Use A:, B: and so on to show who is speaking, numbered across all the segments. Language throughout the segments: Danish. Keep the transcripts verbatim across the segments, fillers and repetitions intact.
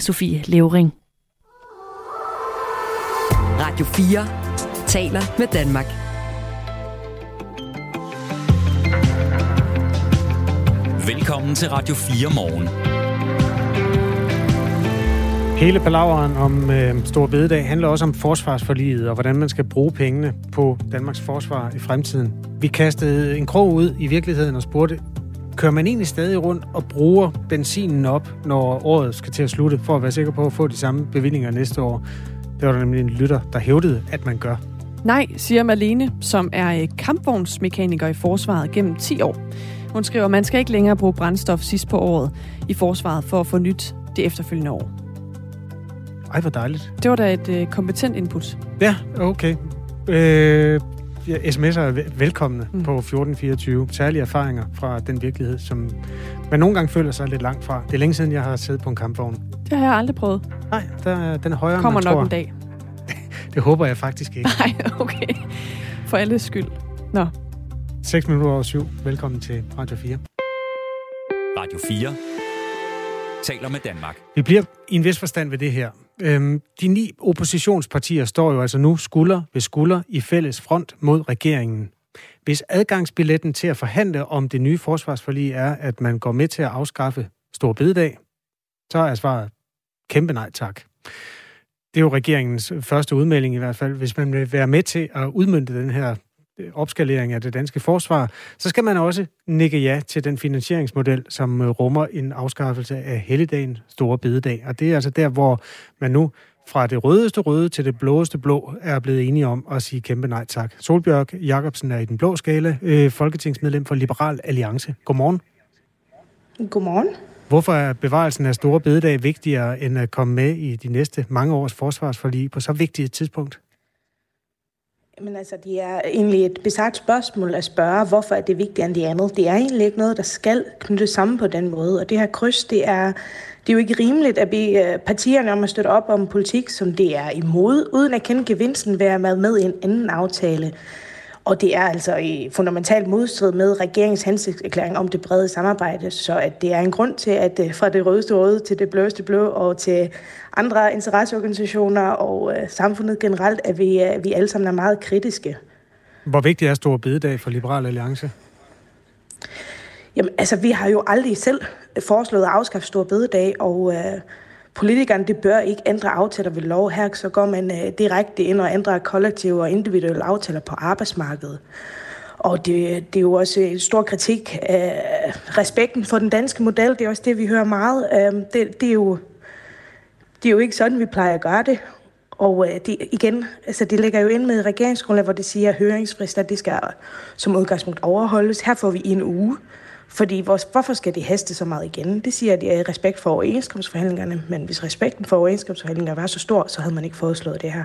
A: Sofie Levering. Radio fire taler med Danmark.
B: Velkommen til Radio fire Morgen.
C: Hele palaveren om øh, Store Bededag handler også om forsvarsforliget og hvordan man skal bruge pengene på Danmarks forsvar i fremtiden. Vi kastede en krog ud i virkeligheden og spurgte, kører man egentlig stadig rundt og bruger benzinen op, når året skal til at slutte, for at være sikker på at få de samme bevillinger næste år? Det var der nemlig en lytter, der hævdede, at man gør.
D: Nej, siger Marlene, som er kampvognsmekaniker i forsvaret gennem ti år. Hun skriver, at man skal ikke længere bruge brændstof sidst på året i forsvaret for at få nyt det efterfølgende år.
C: Ej, hvor dejligt.
D: Det var da et øh, kompetent input.
C: Ja, okay. Øh, ja, sms'er er velkomne mm. på fjorten fireogtyve. Særlige erfaringer fra den virkelighed, som man nogle gange føler sig lidt langt fra. Det er længe siden, jeg har siddet på en kampvogn.
D: Det har jeg aldrig prøvet.
C: Nej, der, den er højere,
D: kommer
C: man tror.
D: Kommer nok en dag.
C: Det håber jeg faktisk ikke.
D: Nej, okay. For alles skyld. Nå.
C: seks minutter over syv. Velkommen til Radio fire.
B: Radio fire taler med Danmark.
C: Vi bliver i en vis forstand ved det her. Øhm, de ni oppositionspartier står jo altså nu skulder ved skulder i fælles front mod regeringen. Hvis adgangsbilletten til at forhandle om det nye forsvarsforlig er, at man går med til at afskaffe Store Bededag, så er svaret kæmpe nej tak. Det er jo regeringens første udmelding i hvert fald. Hvis man vil være med til at udmønte den her opskalering af det danske forsvar, så skal man også nikke ja til den finansieringsmodel, som rummer en afskaffelse af helligdagen Store Bededag. Og det er altså der, hvor man nu fra det rødeste røde til det blåeste blå er blevet enige om at sige kæmpe nej tak. Solbjørg Jacobsen er i den blå skala, øh, folketingsmedlem for Liberal Alliance. Godmorgen.
E: Godmorgen.
C: Hvorfor er bevarelsen af Store Bededag vigtigere end at komme med i de næste mange års forsvarsforlig på så vigtigt et tidspunkt?
E: Men altså, det er egentlig et besagt spørgsmål at spørge, hvorfor er det vigtigere end det andet. Det er egentlig ikke noget, der skal knyttes sammen på den måde. Og det her kryds, det er, det er jo ikke rimeligt at bede partierne om at støtte op om politik, som det er imod, uden at kende gevinsten ved at være med i en anden aftale. Og det er altså i fundamentalt modstrid med regeringens hensigtserklæring om det brede samarbejde, så at det er en grund til, at fra det rødeste røde til det blødeste blå og til andre interesseorganisationer og uh, samfundet generelt, at vi, uh, vi alle sammen er meget kritiske.
C: Hvor vigtig er Store Bededag for Liberal Alliance?
E: Jamen, altså, vi har jo aldrig selv foreslået at afskaffe Store Bededag, og uh, politikerne, det bør ikke ændre aftaler ved lov. Her så går man uh, direkte ind og ændrer kollektive og individuelle aftaler på arbejdsmarkedet. Og det, det er jo også en stor kritik af respekten for den danske model. Det er også det, vi hører meget. Uh, det, det, er jo, det er jo ikke sådan, vi plejer at gøre det. Og uh, det, igen, altså det ligger jo ind med regeringsgrundlag, hvor det siger, at høringsfrister, det skal som udgangspunkt overholdes. Her får vi en uge. Fordi hvorfor skal det haste så meget igen? Det siger, at det er i respekt for overenskomstforhandlingerne, men hvis respekten for overenskomstforhandlingerne var så stor, så havde man ikke foreslået det her.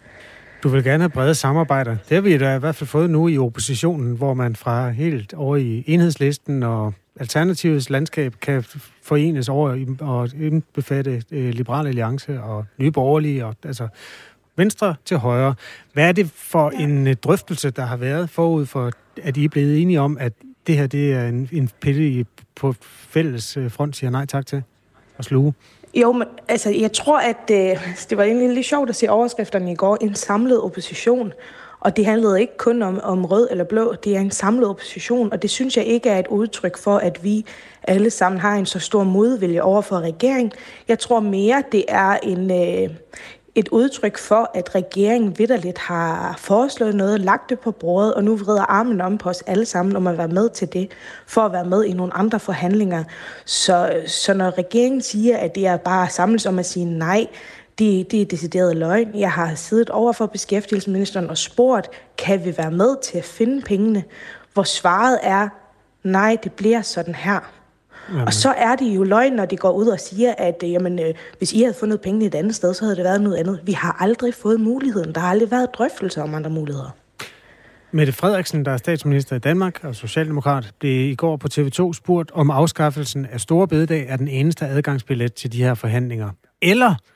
C: Du vil gerne have brede samarbejder. Det har vi da i hvert fald fået nu i oppositionen, hvor man fra helt over i Enhedslisten og Alternativets landskab kan forenes over og indbefatte eh, Liberal Alliance og Nye Borgerlige, og altså venstre til højre. Hvad er det for en drøftelse, der har været forud for, at I er blevet enige om, at det her det er en, en pille på fælles front, siger nej tak til at sluge?
E: Jo, men altså, jeg tror, at øh, det var egentlig lidt sjovt at se overskrifterne i går. En samlet opposition. Og det handlede ikke kun om, om rød eller blå. Det er en samlet opposition, og det synes jeg ikke er et udtryk for, at vi alle sammen har en så stor modvilje over for regeringen. Jeg tror mere, det er en... Øh, et udtryk for, at regeringen vitterligt har foreslået noget, lagt det på bordet, og nu vrider armen om på os alle sammen, om at være med til det, for at være med i nogle andre forhandlinger. Så, så når regeringen siger, at det er bare samles om at sige nej, det, det er decideret løgn. Jeg har siddet over for beskæftigelsesministeren og spurgt, kan vi være med til at finde pengene? Hvor svaret er, nej, det bliver sådan her. Jamen. Og så er det jo løgn, når de går ud og siger, at jamen, øh, hvis I havde fundet pengene et andet sted, så havde det været noget andet. Vi har aldrig fået muligheden. Der har aldrig været drøftelser om andre muligheder.
C: Mette Frederiksen, der er statsminister i Danmark og socialdemokrat, blev i går på T V to spurgt, om afskaffelsen af Store Bededag er den eneste adgangsbillet til de her forhandlinger. Eller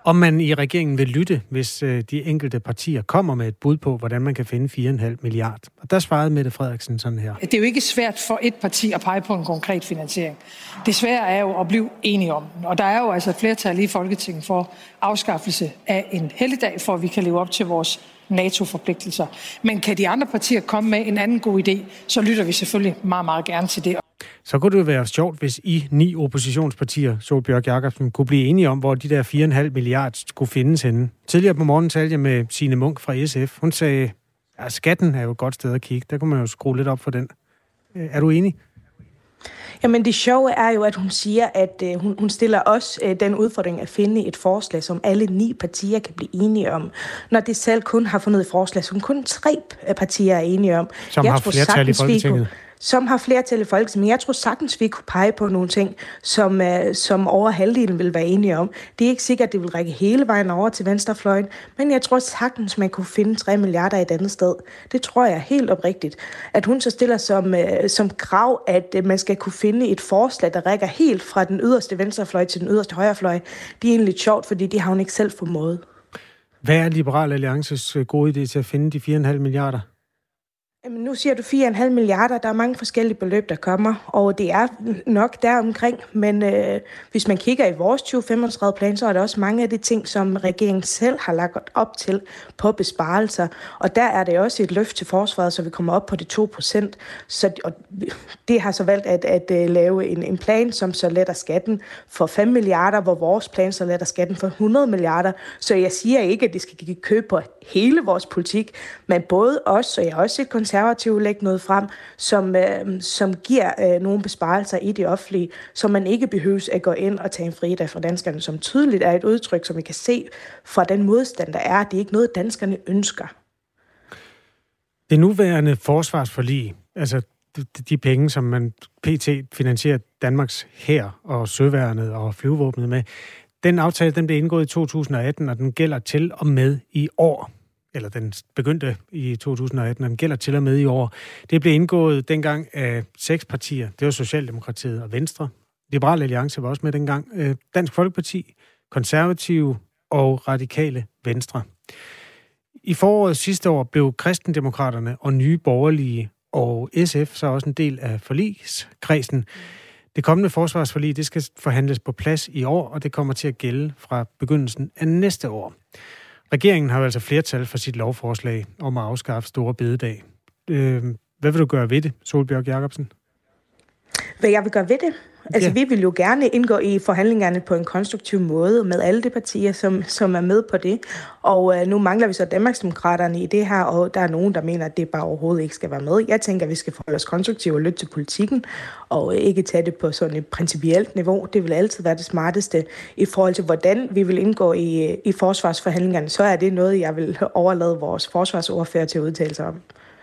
C: Om man i regeringen vil lytte, hvis øh, de enkelte partier kommer med et bud på, hvordan man kan finde fire komma fem milliard. Og der svarede Mette Frederiksen sådan her.
F: Det er jo ikke svært for et parti at pege på en konkret finansiering. Det svære er jo at blive enige om den. Og der er jo altså et flertal i Folketinget for afskaffelse af en helligdag, for at vi kan leve op til vores NATO-forpligtelser. Men kan de andre partier komme med en anden god idé, så lytter vi selvfølgelig meget, meget gerne til det.
C: Så kunne det jo være sjovt, hvis I ni oppositionspartier, Sólbjørg Jakobsen, kunne blive enige om, hvor de der fire komma fem milliard skulle findes henne. Tidligere på morgen talte jeg med Signe Munk fra S F. Hun sagde, at skatten er jo et godt sted at kigge. Der kunne man jo skrue lidt op for den. Er du enig?
E: Jamen det sjove er jo, at hun siger, at øh, hun, hun stiller også øh, den udfordring at finde et forslag, som alle ni partier kan blive enige om. Når det selv kun har fundet et forslag, som kun tre partier er enige om.
C: Som
E: Jeg
C: har
E: tror,
C: flertal i Folketinget.
E: Som har flertal i Folketinget. Men jeg tror sagtens, vi kunne pege på nogle ting, som, uh, som over halvdelen vil være enige om. Det er ikke sikkert, at det vil række hele vejen over til venstrefløjen, men jeg tror sagtens, man kunne finde tre milliarder et andet sted. Det tror jeg helt oprigtigt. At hun så stiller som, uh, som krav, at uh, man skal kunne finde et forslag, der rækker helt fra den yderste venstrefløj til den yderste højrefløj. Det er egentlig sjovt, fordi det har hun ikke selv formået.
C: Hvad er Liberal Alliances gode idé til at finde de fire komma fem milliarder?
E: Jamen, nu siger du fire komma fem milliarder. Der er mange forskellige beløb, der kommer, og det er nok deromkring. Men øh, hvis man kigger i vores tyve femogtredive-plan, så er der også mange af de ting, som regeringen selv har lagt op til på besparelser. Og der er det også et løft til forsvaret, så vi kommer op på de to procent. Så og det har så valgt at, at, at lave en, en plan, som så letter skatten for fem milliarder, hvor vores plan så letter skatten for hundrede milliarder. Så jeg siger ikke, at det skal give køb på hele vores politik, men både os, og jeg har også et konservativt lægge noget frem, som, øh, som giver øh, nogle besparelser i det offentlige, så man ikke behøves at gå ind og tage en fridag fra danskerne, som tydeligt er et udtryk, som vi kan se fra den modstand, der er. Det er ikke noget, danskerne ønsker.
C: Det nuværende forsvarsforlig, altså de, de penge, som man pt. Finansierer Danmarks hær og søværnet og flyvevåbnet med, den aftale, den blev indgået i to tusind og atten, og den gælder til og med i år. Eller den begyndte i to tusind og atten, og den gælder til og med i år. Det blev indgået dengang af seks partier. Det var Socialdemokratiet og Venstre. Liberal Alliance var også med dengang. Dansk Folkeparti, Konservative og Radikale Venstre. I foråret sidste år blev Kristendemokraterne og Nye Borgerlige og S F så også en del af forligskredsen. Det kommende forsvarsforlig, det skal forhandles på plads i år, og det kommer til at gælde fra begyndelsen af næste år. Regeringen har jo altså flertal for sit lovforslag om at afskaffe store bededag. Øh, hvad vil du gøre ved det, Sólbjørg Jakobsen?
E: Hvad jeg vil gøre ved det? Altså, ja. Vi vil jo gerne indgå i forhandlingerne på en konstruktiv måde med alle de partier, som, som er med på det. Og øh, nu mangler vi så Danmarksdemokraterne i det her, og der er nogen, der mener, at det bare overhovedet ikke skal være med. Jeg tænker, at vi skal forholde os konstruktivt og lytte til politikken, og ikke tage det på sådan et principielt niveau. Det vil altid være det smarteste. I forhold til, hvordan vi vil indgå i, i forsvarsforhandlingerne, så er det noget, jeg vil overlade vores forsvarsordfører til at udtale sig om.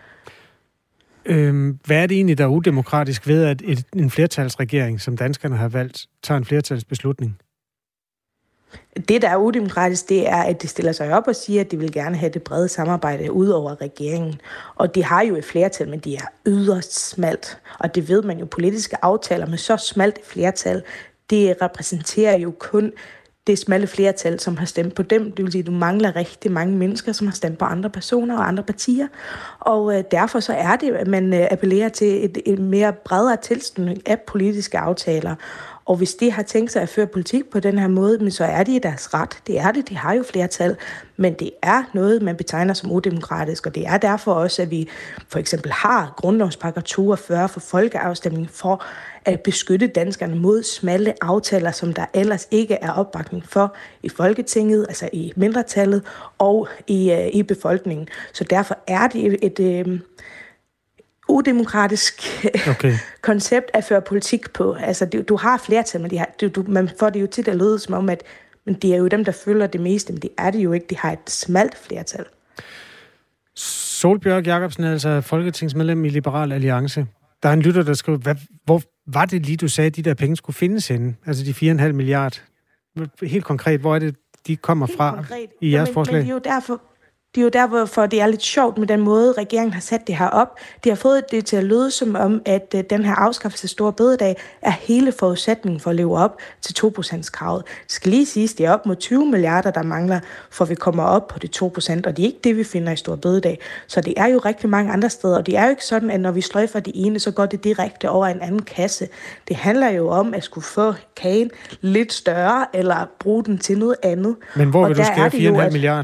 C: Øhm, hvad er det egentlig, der er udemokratisk ved, at et, en flertalsregering, som danskerne har valgt, tager en flertalsbeslutning?
E: Det, der er udemokratisk, det er, at de stiller sig op og siger, at de vil gerne have det brede samarbejde ud over regeringen. Og de har jo et flertal, men de er yderst smalt. Og det ved man jo, politiske aftaler med så smalt et flertal, det repræsenterer jo kun det smalle flertal, som har stemt på dem. Det vil sige, at du mangler rigtig mange mennesker, som har stemt på andre personer og andre partier. Og øh, derfor så er det, at man øh, appellerer til et, et mere bredere tilslutning af politiske aftaler. Og hvis de har tænkt sig at føre politik på den her måde, men så er det i deres ret. Det er det, de har jo flertal. Men det er noget, man betegner som udemokratisk, og det er derfor også, at vi for eksempel har grundlovsparagraf toogfyrre for folkeafstemning for at beskytte danskerne mod smalle aftaler, som der ellers ikke er opbakning for i Folketinget, altså i mindretallet og i, uh, i befolkningen. Så derfor er det et... et uh, udemokratisk okay. koncept at føre politik på. Altså, du, du har flertal, men de har, du, du, man får det jo til at lyde som om, at men det er jo dem, der følger det meste, men det er det jo ikke. De har et smalt flertal.
C: Sólbjørg Jakobsen er altså folketingsmedlem i Liberal Alliance. Der er en lytter, der skriver, hvad, hvor var det lige, du sagde, at de der penge skulle findes henne? Altså de fire komma fem milliard. Helt konkret, hvor er det, de kommer
E: Helt
C: fra
E: konkret.
C: i jeres
E: men,
C: forslag?
E: Men det er jo derfor... Det er jo der, hvorfor det er lidt sjovt med den måde, regeringen har sat det her op. De har fået det til at lyde som om, at den her afskaffelse af store bededag er hele forudsætningen for at leve op til to procent-kravet. Det skal lige siges, det er op mod tyve milliarder, der mangler, for vi kommer op på det to procent, og det er ikke det, vi finder i store bededag. Så det er jo rigtig mange andre steder, og det er jo ikke sådan, at når vi sløjfer det ene, så går det direkte over en anden kasse. Det handler jo om at skulle få kagen lidt større, eller bruge den til noget andet.
C: Men hvor vil
E: og
C: du skære fire komma fem milliarder?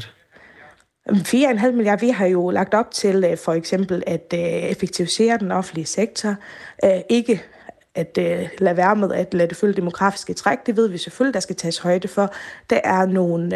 E: fire komma fem milliarder, vi har jo lagt op til for eksempel at effektivisere den offentlige sektor. Ikke at lade være med at lade det følge demografiske træk. Det ved vi selvfølgelig, der skal tages højde for. Der er nogle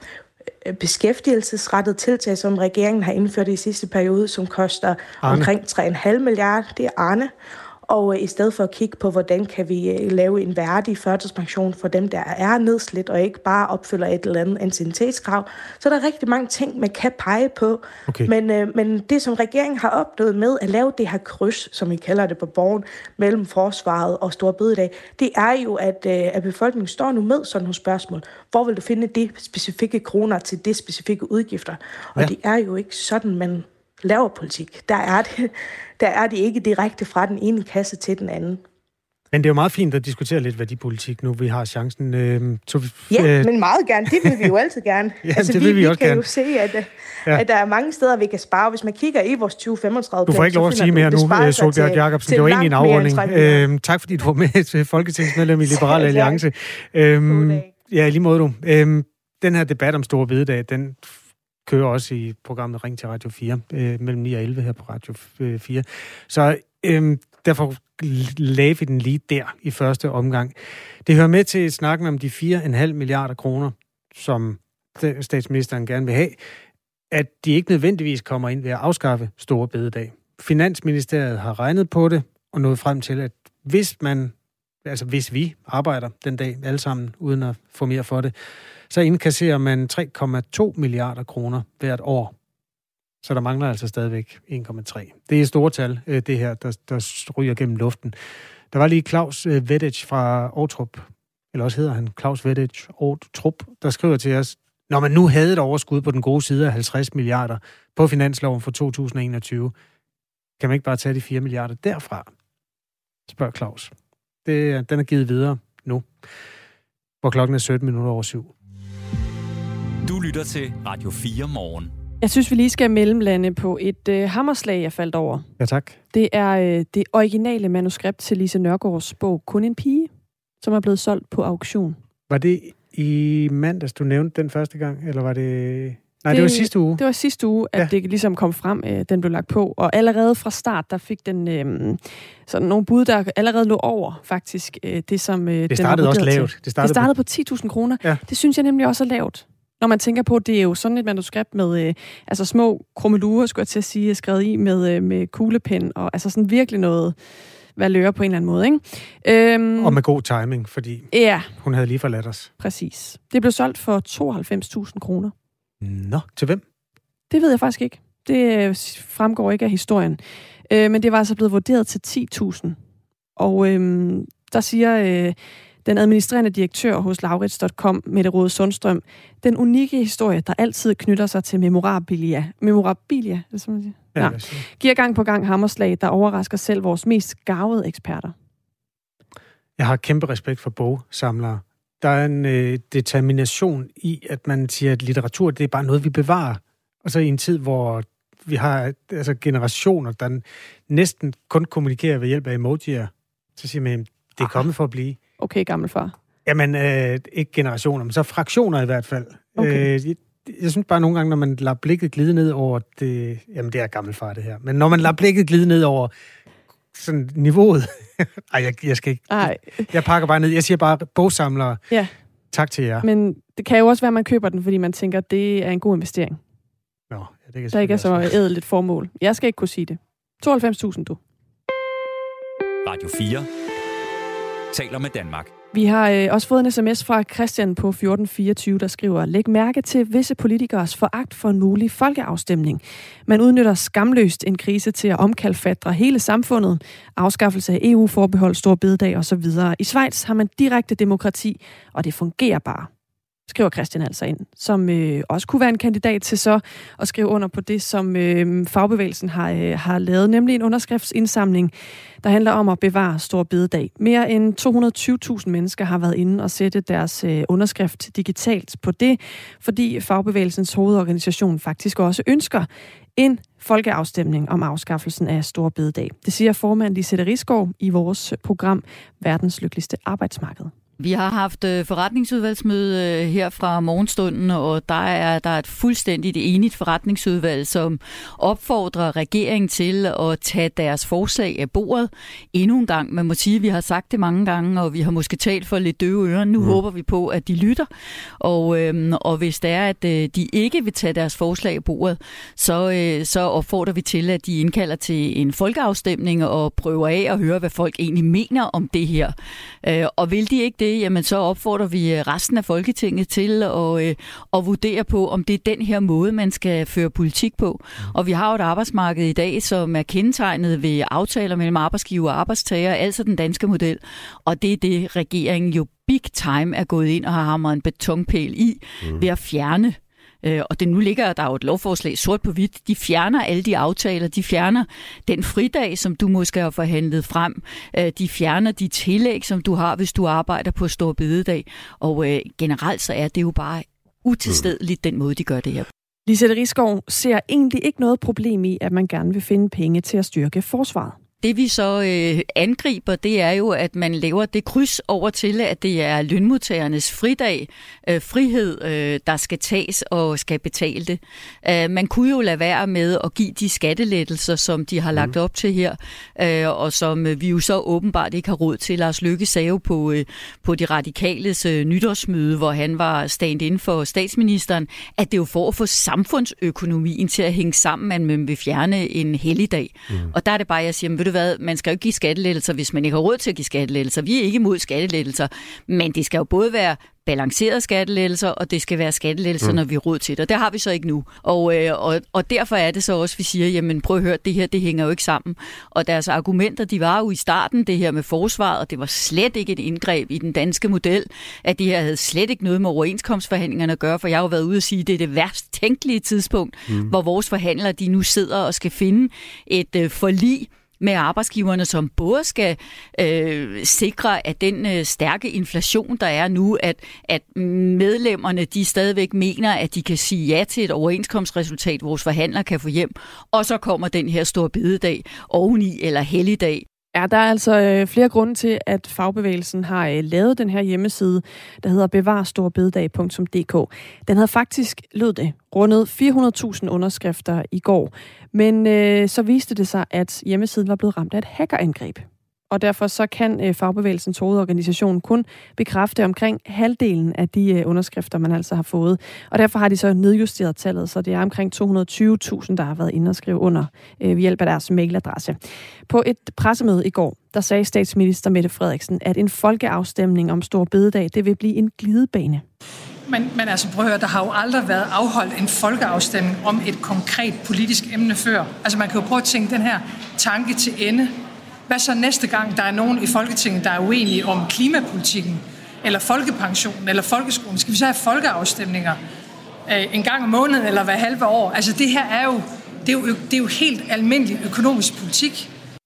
E: beskæftigelsesrettede tiltag, som regeringen har indført i sidste periode, som koster Arne. omkring tre komma fem milliarder. Det er Arne. Og i stedet for at kigge på, hvordan kan vi lave en værdig førtidspension for dem, der er nedslidt, og ikke bare opfylder et eller andet anciennitetskrav. Så der er rigtig mange ting, man kan pege på. Okay. Men, øh, men det, som regeringen har opnået med at lave det her kryds, som vi kalder det på Borgen, mellem forsvaret og store bededag, det er jo, at, øh, at befolkningen står nu med sådan nogle spørgsmål. Hvor vil du finde de specifikke kroner til de specifikke udgifter? Og ja. Det er jo ikke sådan, man laver politik. Der er det, der er det ikke direkte fra den ene kasse til den anden.
C: Men det er jo meget fint at diskutere lidt værdipolitik nu, vi har chancen. Øh, så,
E: ja,
C: øh,
E: men meget gerne. Det vil vi jo altid gerne.
C: ja, altså, det vil vi, vi, vi også
E: kan
C: gerne.
E: jo se, at, ja. at der er mange steder, vi kan spare. Hvis man kigger i vores tyve femogtredive plan,
C: du får ikke lov at sige mere nu, Sólbjørg Jakobsen. Det var egentlig en afrunding. Øh, tak fordi du var med til folketingsmedlem i Liberal Alliance. Øh, ja, lige måde du. Øh, den her debat om store bededag, den kører også i programmet Ring til Radio fire, øh, mellem ni og elleve her på Radio fire. Så øh, derfor lagde vi den lige der i første omgang. Det hører med til snakken om de fire komma fem milliarder kroner, som statsministeren gerne vil have, at de ikke nødvendigvis kommer ind ved at afskaffe store bededag. Finansministeriet har regnet på det og nået frem til, at hvis man, altså hvis vi arbejder den dag alle sammen, uden at få mere for det, så indkasserer man tre komma to milliarder kroner hvert år. Så der mangler altså stadigvæk en komma tre. Det er store tal, det her, der, der ryger gennem luften. Der var lige Claus Veddich fra Aartrup, eller også hedder han Claus Veddich Aartrup, der skriver til os, når man nu havde et overskud på den gode side af halvtreds milliarder på finansloven for to tusind og enogtyve, kan man ikke bare tage de fire milliarder derfra? Spørger Claus. Det, den er givet videre nu, hvor klokken er sytten minutter over syv.
B: Du lytter til Radio fire morgen.
D: Jeg synes, vi lige skal mellemlande på et øh, hammerslag, jeg faldt over.
C: Ja, tak.
D: Det er øh, det originale manuskript til Lise Nørgaards bog Kun en pige, som er blevet solgt på auktion.
C: Var det i mandags, du nævnte den første gang, eller var det... Nej, det, det var sidste uge.
D: Det var sidste uge, at ja. det ligesom kom frem, øh, den blev lagt på. Og allerede fra start, der fik den øh, sådan nogle bud, der allerede lå over, faktisk, øh, det som øh,
C: det startede også lavt.
D: Det startede, det startede på, på ti tusind kroner. Ja. Det synes jeg nemlig også er lavt. Når man tænker på, at det er jo sådan et manuskript med øh, altså små krummelurer, skulle jeg til at sige, skrevet i med, øh, med kuglepen, og altså sådan virkelig noget valør på en eller anden måde, ikke? Øhm,
C: og med god timing, fordi
D: ja,
C: hun havde lige forladt os.
D: Præcis. Det blev solgt for tooghalvfems tusind kroner.
C: Nå, til hvem?
D: Det ved jeg faktisk ikke. Det fremgår ikke af historien. Øh, men det var altså blevet vurderet til ti tusind. Og øh, der siger... Øh, den administrerende direktør hos Laurits punktum com, Mette Rode Sundstrøm, den unikke historie, der altid knytter sig til memorabilia. Memorabilia, det er man siger. Ja, ja. Giver gang på gang hammerslag, der overrasker selv vores mest garvede eksperter.
C: Jeg har kæmpe respekt for bogsamlere. Der er en øh, determination i, at man siger, at litteratur, det er bare noget, vi bevarer. Og så i en tid, hvor vi har altså, generationer, der næsten kun kommunikerer ved hjælp af emojier, så siger man, det er kommet for at blive.
D: Okay, gammelfar.
C: Jamen, øh, ikke generationer, men så fraktioner i hvert fald. Okay. Øh, jeg, jeg synes bare nogle gange, når man lader blikket glide ned over det... Jamen, det er gammelfar, det her. Men når man lader blikket glide ned over sådan niveauet... Ej, jeg, jeg skal ikke... Ej. Jeg pakker bare ned. Jeg siger bare, bogsamlere, ja. Tak til jer.
D: Men det kan jo også være, at man køber den, fordi man tænker, at det er en god investering.
C: Nå, ja, det kan
D: der ikke er så ædelt formål. Jeg skal ikke kunne sige det. tooghalvfems tusind, du.
B: Radio fire taler med Danmark.
D: Vi har øh, også fået en sms fra Christian på fjorten fireogtyve, der skriver, læg mærke til visse politikers foragt for en mulig folkeafstemning. Man udnytter skamløst en krise til at omkalfatre hele samfundet, afskaffelse af E U-forbehold, stor bededag osv. I Schweiz har man direkte demokrati, og det fungerer bare, skriver Christian altså ind, som øh, også kunne være en kandidat til så at skrive under på det, som øh, fagbevægelsen har, øh, har lavet, nemlig en underskriftsindsamling, der handler om at bevare Store Bededag. Mere end to hundrede og tyve tusind mennesker har været inde og sætte deres øh, underskrift digitalt på det, fordi fagbevægelsens hovedorganisation faktisk også ønsker en folkeafstemning om afskaffelsen af Store Bededag. Det siger formand Lisette Risgaard i vores program Verdens Lykkeligste Arbejdsmarked.
G: Vi har haft forretningsudvalgsmøde her fra morgenstunden, og der er der er et fuldstændigt enigt forretningsudvalg, som opfordrer regeringen til at tage deres forslag af bordet endnu en gang. Man må sige, at vi har sagt det mange gange, og vi har måske talt for lidt døve ører. Nu mm. håber vi på, at de lytter. Og, øhm, og hvis det er, at de ikke vil tage deres forslag af bordet, så, øh, så opfordrer vi til, at de indkalder til en folkeafstemning og prøver af at høre, hvad folk egentlig mener om det her. Øh, og vil de ikke det, jamen så opfordrer vi resten af Folketinget til at, øh, at vurdere på, om det er den her måde, man skal føre politik på. Og vi har jo et arbejdsmarked i dag, som er kendetegnet ved aftaler mellem arbejdsgiver og arbejdstager, altså den danske model. Og det er det, regeringen jo big time er gået ind og har hamret en betonpæl i mm. ved at fjerne. Og det nu ligger der jo et lovforslag sort på hvidt. De fjerner alle de aftaler. De fjerner den fridag, som du måske har forhandlet frem. De fjerner de tillæg, som du har, hvis du arbejder på Store Bededag. Og øh, generelt så er det jo bare utilstedeligt, den måde, de gør det her.
D: Lisette Risgaard ser egentlig ikke noget problem i, at man gerne vil finde penge til at styrke forsvaret.
G: Det vi så øh, angriber, det er jo, at man laver det kryds over til, at det er lønmodtagernes fridag, øh, frihed, øh, der skal tages og skal betale det. Uh, man kunne jo lade være med at give de skattelettelser, som de har lagt op til her, øh, og som vi jo så åbenbart ikke har råd til. Lars Løkke sagde jo på, øh, på de radikales øh, nytårsmøde, hvor han var stand-in for statsministeren, at det jo for at få samfundsøkonomien til at hænge sammen, at man vil fjerne en helligdag. Mm. Og der er det bare, jeg siger, ved du hvad, man skal jo ikke give skattelettelser, hvis man ikke har råd til at give skattelettelser. Vi er ikke imod skattelettelser, men det skal jo både være balancerede skattelettelser, og det skal være skattelettelser, mm. når vi har råd til det. Og det har vi så ikke nu. Og, øh, og, og derfor er det så også, vi siger, jamen prøv at høre, det her, det hænger jo ikke sammen. Og deres argumenter, de var jo i starten, det her med forsvaret, og det var slet ikke et indgreb i den danske model, at det her havde slet ikke noget med overenskomstforhandlingerne at gøre, for jeg har jo været ude at sige, at det er det værst tænkelige tidspunkt, mm. hvor vores forhandlere, de nu sidder og skal finde et øh, forlig med arbejdsgiverne, som både skal øh, sikre, at den øh, stærke inflation, der er nu, at, at medlemmerne, de stadigvæk mener, at de kan sige ja til et overenskomstresultat, vores forhandlere kan få hjem, og så kommer den her Store Bededag oveni, eller helligdag.
D: Ja, der er altså øh, flere grunde til, at fagbevægelsen har øh, lavet den her hjemmeside, der hedder bevar storebededag punktum d k. Den havde faktisk, lød det, rundet fire hundrede tusind underskrifter i går. Men øh, så viste det sig, at hjemmesiden var blevet ramt af et hackerangreb. Og derfor så kan øh, fagbevægelsens hovedorganisation kun bekræfte omkring halvdelen af de øh, underskrifter, man altså har fået. Og derfor har de så nedjusteret tallet, så det er omkring to hundrede og tyve tusind, der har været inde og skrive under øh, ved hjælp af deres mailadresse. På et pressemøde i går, der sagde statsminister Mette Frederiksen, at en folkeafstemning om Store Bededag, det vil blive en glidebane.
F: Men, men altså prøv at høre, der har jo aldrig været afholdt en folkeafstemning om et konkret politisk emne før. Altså man kan jo prøve at tænke den her tanke til ende. Hvad så næste gang, der er nogen i Folketinget, der er uenige om klimapolitikken, eller folkepensionen, eller folkeskolen? Skal vi så have folkeafstemninger øh, en gang om måneden, eller hver halve år? Altså det her er jo, det er jo, det er jo helt almindelig økonomisk politik.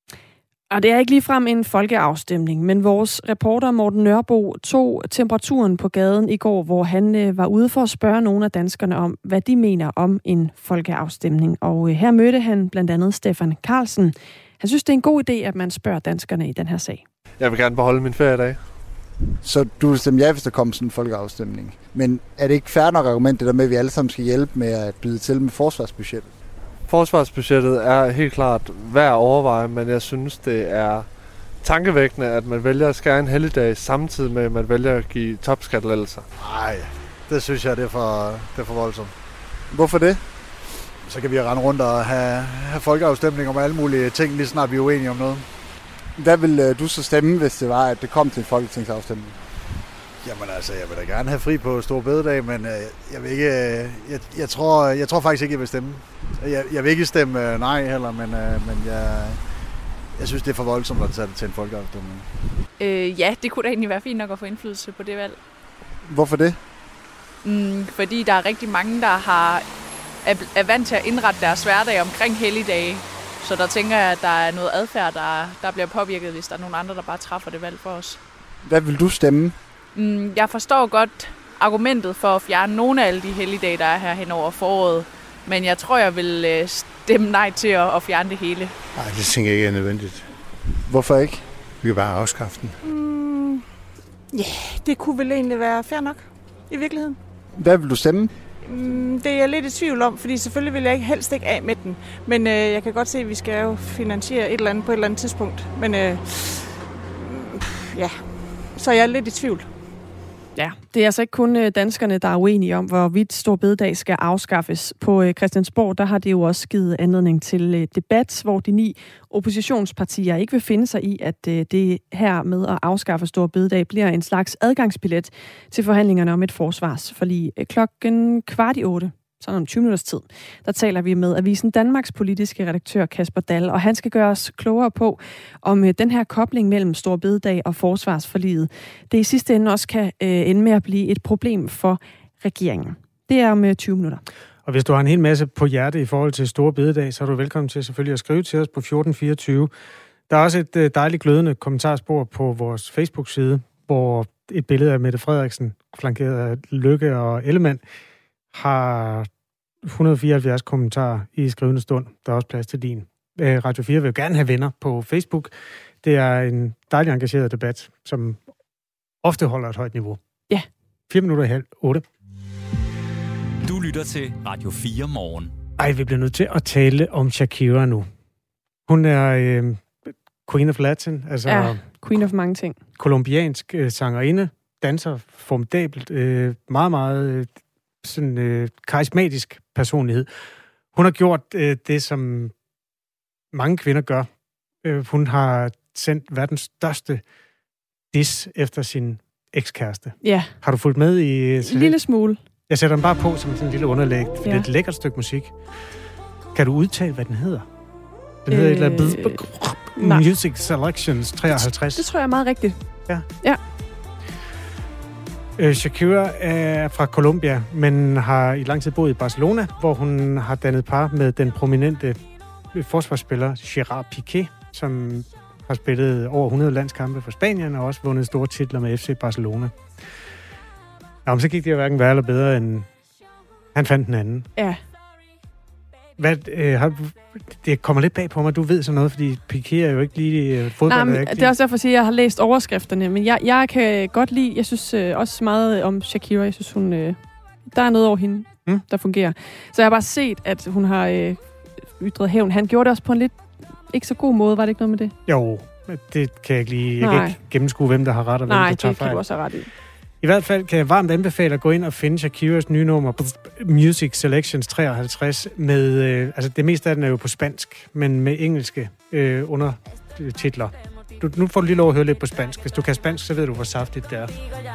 D: Og det er ikke ligefrem en folkeafstemning, men vores reporter Morten Nørbo tog temperaturen på gaden i går, hvor han øh, var ude for at spørge nogle af danskerne om, hvad de mener om en folkeafstemning. Og øh, her mødte han blandt andet Stefan Carlsen. Han synes, det er en god idé, at man spørger danskerne i den her sag.
H: Jeg vil gerne beholde min feriedag.
I: Så du vil stemme ja, hvis der kommer sådan en folkeafstemning. Men er det ikke fair nok argument, det der med, at vi alle sammen skal hjælpe med at byde til med forsvarsbudgettet?
H: Forsvarsbudgettet er helt klart værd at overveje, men jeg synes, det er tankevækkende, at man vælger at skære en helligdag samtidig med, at man vælger at give topskattelettelser.
J: Nej, det synes jeg, det er for, det er for voldsomt.
I: Hvorfor det?
J: Så kan vi rende rundt og have, have folkeafstemning om alle mulige ting, lige snart vi er uenige om noget.
I: Hvad vil du så stemme, hvis det var, at det kom til en folketingsafstemning?
J: Jamen altså, jeg vil da gerne have fri på Store Bededag, men jeg vil ikke, jeg, jeg, tror, jeg tror faktisk ikke, jeg vil stemme. Jeg, jeg vil ikke stemme nej heller, men, men jeg, jeg synes, det er for voldsomt at tage det til en folkeafstemning.
K: Øh, ja, det kunne da egentlig være fint nok at få indflydelse på det valg.
I: Hvorfor det?
K: Mm, fordi der er rigtig mange, der har, er, er vant til at indrette deres hverdag omkring helligdage. Så der tænker jeg, at der er noget adfærd, der, der bliver påvirket, hvis der er nogen andre, der bare træffer det valg for os.
I: Hvad vil du stemme?
K: Mm, jeg forstår godt argumentet for at fjerne nogle af alle de helligdage, der er her hen over foråret. Men jeg tror, jeg vil stemme nej til at, at fjerne det hele.
L: Nej, det tænker jeg ikke er nødvendigt.
I: Hvorfor ikke?
L: Vi kan bare afskaffe den.
M: Mm, ja, yeah, det kunne vel egentlig være fair nok i virkeligheden.
I: Hvad vil du stemme?
M: Mm, det er jeg lidt i tvivl om, fordi selvfølgelig vil jeg ikke helst ikke af med den. Men øh, jeg kan godt se, at vi skal jo finansiere et eller andet på et eller andet tidspunkt. Men øh, ja, så er jeg lidt i tvivl.
D: Ja, det er altså ikke kun danskerne, der er uenige om, hvorvidt Store Bededag skal afskaffes. På Christiansborg, der har det jo også givet anledning til debat, hvor de ni oppositionspartier ikke vil finde sig i, at det her med at afskaffe Store Bededag bliver en slags adgangsbillet til forhandlingerne om et forsvarsforlig klokken kvart i otte. Sådan om tyve minutters tid, der taler vi med Avisen Danmarks politiske redaktør Kasper Dahl, og han skal gøre os klogere på, om den her kobling mellem Store Bededag og forsvarsforliget, det i sidste ende også kan øh, ende med at blive et problem for regeringen. Det er om tyve minutter.
C: Og hvis du har en hel masse på hjerte i forhold til Store Bededag, så er du velkommen til selvfølgelig at skrive til os på fjorten fireogtyve. Der er også et øh, dejligt glødende kommentarspor på vores Facebook-side, hvor et billede af Mette Frederiksen, flankeret af Løkke og Ellemann, har et hundrede og fireoghalvfjerds kommentarer i skrivende stund. Der er også plads til din. Radio fire vil gerne have venner på Facebook. Det er en dejlig engageret debat, som ofte holder et højt niveau.
D: Ja.
C: Fire minutter i halv otte.
B: Du lytter til Radio fire morgen.
C: Ej, vi bliver nødt til at tale om Shakira nu. Hun er øh, Queen of Latin, altså
D: ja, Queen of mange ting.
C: Kolumbiansk øh, sangerinde, danser formidabelt, øh, meget, meget øh, sådan øh, karismatisk personlighed. Hun har gjort øh, det, som mange kvinder gør. Øh, hun har sendt verdens største diss efter sin ekskæreste.
D: Ja.
C: Har du fulgt med i...
D: En lille smule.
C: Jeg sætter den bare på som sådan en lille underlæg, for ja. Det er et lækkert stykke musik. Kan du udtale, hvad den hedder? Den øh, hedder et eller andet... Music Selections treoghalvtreds.
D: Det tror jeg er meget rigtigt.
C: Ja.
D: Ja.
C: Øh, Shakira er fra Colombia, men har i lang tid boet i Barcelona, hvor hun har dannet par med den prominente forsvarsspiller Gerard Piqué, som har spillet over hundrede landskampe for Spanien og også vundet store titler med F C Barcelona. Nå, men så gik det jo hverken værre eller bedre, end han fandt den anden.
D: Ja.
C: Hvad, øh, har, det kommer lidt bag på mig, du ved sådan noget, fordi Piqué er jo ikke lige øh, fodbold.
D: Nej, det er også derfor at sige, at jeg har læst overskrifterne, men jeg, jeg kan godt lide, jeg synes øh, også meget om Shakira, jeg synes hun, øh, der er noget over hende, mm. der fungerer. Så jeg har bare set, at hun har øh, ytret hævn. Han gjorde det også på en lidt ikke så god måde, var det ikke noget med det?
C: Jo, det kan jeg ikke lige, jeg kan ikke gennemskue, hvem der har ret og hvem
D: Nej,
C: der tager
D: det
C: fejl.
D: kan du også have ret i.
C: I hvert fald kan jeg varmt anbefale at gå ind og finde Shakiras nye nummer på Music Selections treoghalvtreds med, øh, altså det meste af den er jo på spansk, men med engelske øh, undertitler. Du, nu får du lige lov at høre lidt på spansk. Hvis du kan spansk, så ved du, hvor saftigt det er.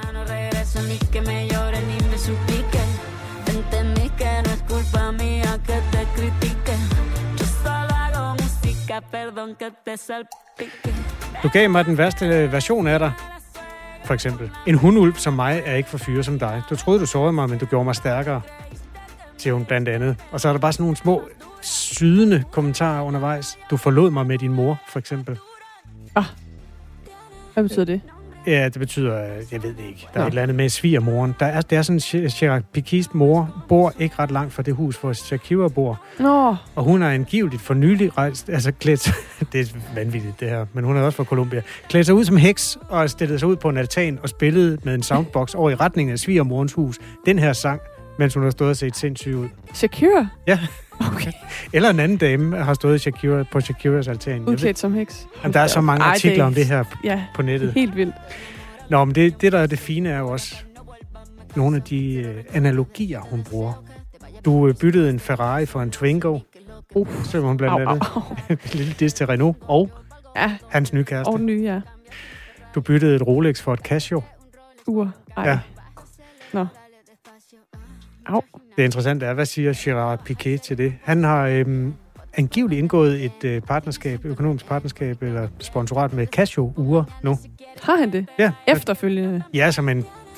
C: Du gav mig den værste version af dig. For eksempel. En hundulv som mig er ikke for fyre som dig. Du troede, du sårede mig, men du gjorde mig stærkere, siger hun blandt andet. Og så er der bare sådan nogle små, sydende kommentarer undervejs. Du forlod mig med din mor, for eksempel.
D: Ah. Hvad betyder det?
C: Ja, det betyder, jeg ved det ikke. Der er Nå. et eller andet med svigermoren. Der er, der er sådan, Gerard Piqués mor bor ikke ret langt fra det hus, hvor Shakira bor.
D: Nå.
C: Og hun er angiveligt for nylig rejst, altså klædt, det er vanvittigt det her, men hun er også fra Colombia, klædt sig ud som heks og stillet sig ud på en altan og spillet med en soundbox over i retningen af svigermorens hus. Den her sang, mens hun har stået og set sindssyg ud.
D: Shakira?
C: Ja.
D: Okay.
C: Eller en anden dame har stået Shakira på Shakiras altan.
D: Udklædt som heks.
C: Jamen, der er så mange Ej, artikler det om det her
D: ja,
C: på nettet.
D: Helt vildt.
C: Nå, men det, det der er det fine er jo også nogle af de øh, analogier, hun bruger. Du øh, byttede en Ferrari for en Twingo. Uh, så hun blandt andet. En lille diss til Renault og
D: ja.
C: hans nye kæreste.
D: Og den nye, ja.
C: Du byttede et Rolex for et Casio.
D: Ur. Ej.
C: Ja.
D: Nå. Au.
C: Det interessante er, hvad siger Gerard Piqué til det? Han har øhm, angiveligt indgået et øh, partnerskab, økonomisk partnerskab eller sponsorat med Casio-ure nu.
D: Har han det?
C: Ja.
D: Efterfølgende?
C: Ja, som en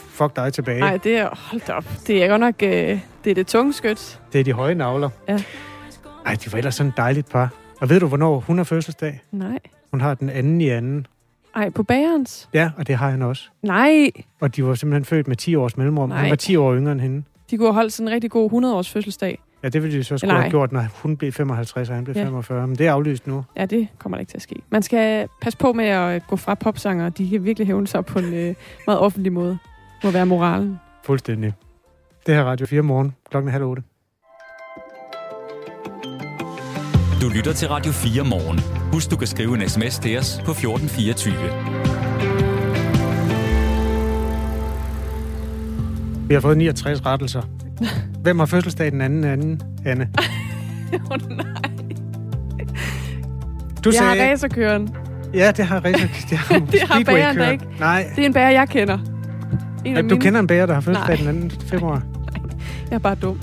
C: fuck dig tilbage.
D: Nej, det er... Hold da op. Det er godt nok... Øh, det er det tunge skyt.
C: Det er de høje navler.
D: Ja.
C: Ej, de var ellers sådan et dejligt par. Og ved du, hvornår hun har fødselsdag?
D: Nej.
C: Hun har den anden i anden.
D: Ej, på bagerens?
C: Ja, og det har han også.
D: Nej.
C: Og de var simpelthen født med ti års mellemrum.
D: Nej.
C: Han var ti år yngre end hende.
D: De kunne have holdt sådan en rigtig god hundrede-års fødselsdag.
C: Ja, det ville de så skulle have gjort, når hun blev femoghalvtreds, og han blev ja. femogfyrre. Men det er aflyst nu.
D: Ja, det kommer ikke til at ske. Man skal passe på med at gå fra popsanger. De kan virkelig hævne sig på en øh, meget offentlig måde. Må være moralen.
C: Fuldstændig. Det her Radio fire morgen, klokken halv otte.
B: Du lytter til Radio fire morgen. Husk, du kan skrive en sms til os på fjorten fireogtyve.
C: Vi har fået niogtres rettelser. Hvem har fødselsdag den anden anden, Anne?
D: Åh oh, nej.
C: Du
D: jeg
C: sagde...
D: har racerkøren.
C: Ja, det har racer. Det har,
D: det har bæren da ikke.
C: Nej.
D: Det er en bærer, jeg kender. En
C: ja, du
D: mine...
C: kender en bærer, der har fødselsdag den anden februar?
D: Nej, jeg er bare dum.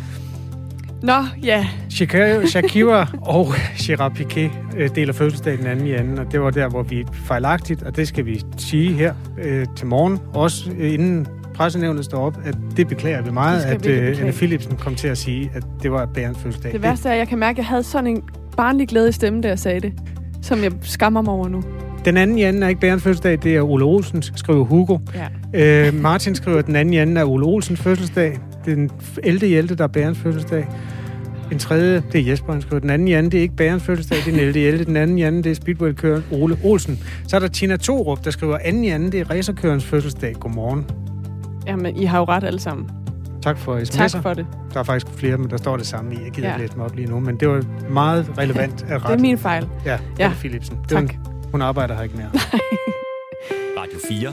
D: Nå, ja.
C: Shakira, Shakira og Gerard Piqué deler fødselsdag den anden i anden, og det var der, hvor vi er fejlagtigt, og det skal vi sige her øh, til morgen, også øh, inden pressenævnet står op, at det beklager vi meget, at øh, Anne Philipsen kom til at sige, at det var bærens fødselsdag.
D: Det værste er, at jeg kan mærke, at jeg havde sådan en barnlig glæde i stemmen, da jeg sagde det, som jeg skammer mig over nu.
C: Den anden i anden er ikke bærens fødselsdag, det er Ole Olsens, skriver Hugo. Ja. Øh, Martin skriver, at den anden i anden er Ole Olsens fødselsdag. Den ellevte i ellevte, der er bærens fødselsdag. En tredje, det er Jesper, han skriver. Den anden i anden, det er ikke bærens fødselsdag, det er den ellevte i ellevte. Den anden i anden, det er speedway-køren Ole Olsen. Så er der Tina Torup, der skriver, anden i anden, det er racerkørens fødselsdag. Godmorgen.
D: Jamen, I har jo ret alle sammen.
C: Tak for sms'er.
D: Tak for det.
C: Der er faktisk flere, men der står det samme i. Jeg gider ja. ikke læse mig op lige nu, men det var meget relevant at rette.
D: Det er min fejl.
C: Ja,
D: ja.
C: Anne Philipsen.
D: Tak.
C: En, hun arbejder her ikke mere.
B: Radio fire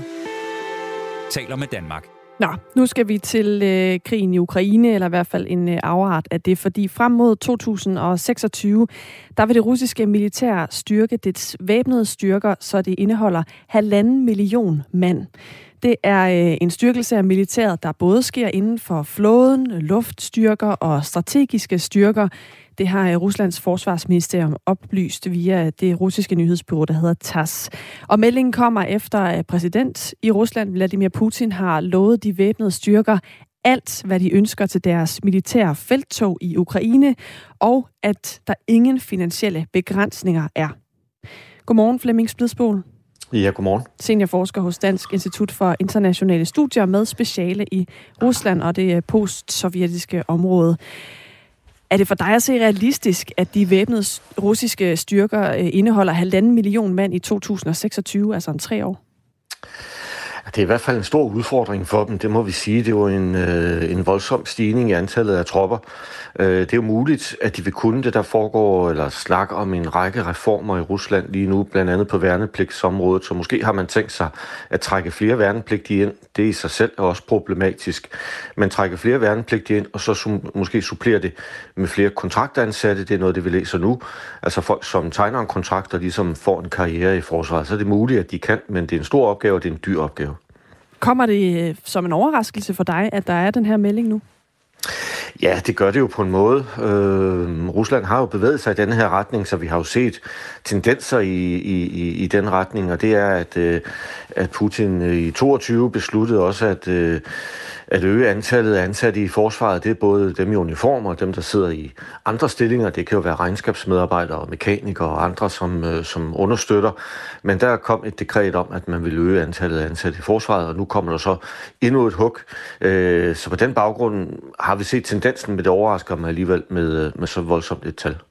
B: taler med Danmark.
D: Nå, nu skal vi til øh, krigen i Ukraine, eller i hvert fald en øh, afart af det, fordi frem mod to tusind og seksogtyve, der vil det russiske militær styrke dets væbnede styrker, så det indeholder halvanden million mand. Det er øh, en styrkelse af militæret, der både sker inden for flåden, luftstyrker og strategiske styrker. Det har Ruslands forsvarsministerium oplyst via det russiske nyhedsbureau, der hedder T A S S. Og meldingen kommer efter, at præsident i Rusland, Vladimir Putin, har lovet de væbnede styrker alt, hvad de ønsker til deres militære felttog i Ukraine, og at der ingen finansielle begrænsninger er. Godmorgen, Flemming Splidsbol.
N: Ja, godmorgen.
D: Seniorforsker hos Dansk Institut for Internationale Studier med speciale i Rusland og det postsovjetiske område. Er det for dig at se realistisk, at de væbnede russiske styrker indeholder halvanden million mand i to tusind og seksogtyve, altså om tre år?
N: Det er i hvert fald en stor udfordring for dem, det må vi sige. Det er jo en, øh, en voldsom stigning i antallet af tropper. Øh, det er jo muligt, at de vil kunne det, der foregår, eller snakke om en række reformer i Rusland lige nu, blandt andet på værnepligtsområdet, så måske har man tænkt sig at trække flere værnepligtige ind. Det i sig selv er også problematisk. Men trække flere værnepligtige ind, og så su- måske supplere det med flere kontraktansatte, det er noget, det vi læser nu. Altså folk, som tegner en kontrakt og ligesom får en karriere i forsvaret, så er det muligt, at de kan, men det er en stor opgave, og det er en dyr opgave.
D: Kommer det som en overraskelse for dig, at der er den her melding nu?
N: Ja, det gør det jo på en måde. Øh, Rusland har jo bevæget sig i den her retning, så vi har jo set tendenser i, i, i den retning, og det er, at, øh, at Putin i toogtyve besluttede også, at, øh, at øge antallet af ansatte i forsvaret. Det er både dem i uniform og dem, der sidder i andre stillinger. Det kan jo være regnskabsmedarbejdere, mekanikere og andre, som, øh, som understøtter. Men der kom et dekret om, at man ville øge antallet af ansatte i forsvaret, og nu kommer der så endnu et hug. Øh, så på den baggrund har vi set tendensen, men det overrasker mig alligevel med, med så voldsomt et tal.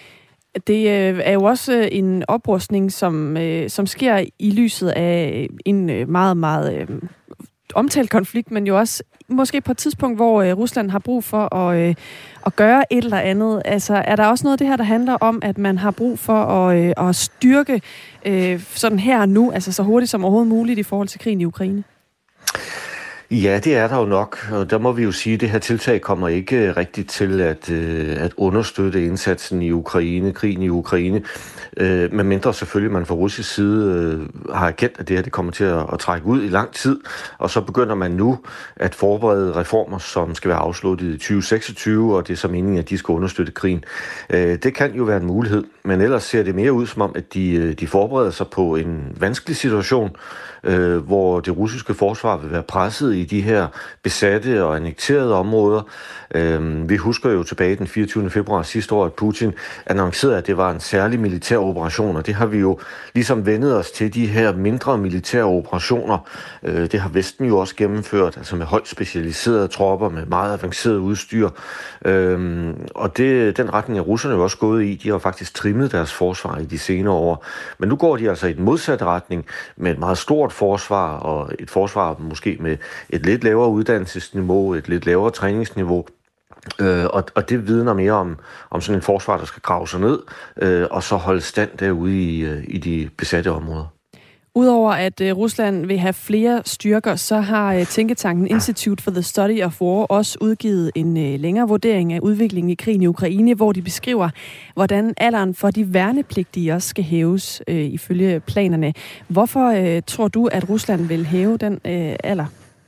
D: Det er jo også en oprustning, som, som sker i lyset af en meget, meget omtalt konflikt, men jo også måske på et tidspunkt, hvor Rusland har brug for at, at gøre et eller andet. Altså, er der også noget af det her, der handler om, at man har brug for at, at styrke sådan her og nu, altså så hurtigt som overhovedet muligt i forhold til krigen i Ukraine?
N: Ja, det er der jo nok, og der må vi jo sige, at det her tiltag kommer ikke rigtigt til at, at understøtte indsatsen i Ukraine, krigen i Ukraine, men mindre selvfølgelig man fra russisk side har erkendt, at det her det kommer til at, at trække ud i lang tid, og så begynder man nu at forberede reformer, som skal være afsluttet i tyve seksogtyve, og det er så meningen, at de skal understøtte krigen. Det kan jo være en mulighed, men ellers ser det mere ud som om, at de, de forbereder sig på en vanskelig situation, øh, hvor det russiske forsvar vil være presset i de her besatte og annekterede områder. Øh, vi husker jo tilbage den fireogtyvende februar sidste år, at Putin annoncerede, at det var en særlig militær operation, og det har vi jo ligesom vendet os til, de her mindre militære operationer. Øh, det har Vesten jo også gennemført, altså med højt specialiserede tropper, med meget avanceret udstyr. Øh, og det, den retning er russerne jo også gået i. De har faktisk trimmet deres forsvar i de senere år. Men nu går de altså i den modsatte retning med et meget stort forsvar, og et forsvar måske med et lidt lavere uddannelsesniveau, et lidt lavere træningsniveau. Øh, og, og det vidner mere om, om sådan en forsvar, der skal grave sig ned, øh, og så holde stand derude i, i de besatte områder.
D: Udover at uh, Rusland vil have flere styrker, så har uh, tænketanken Institute for the Study of War også udgivet en uh, længere vurdering af udviklingen i krigen i Ukraine, hvor de beskriver, hvordan alderen for de værnepligtige også skal hæves uh, ifølge planerne. Hvorfor uh, tror du, at Rusland vil hæve den uh, alder?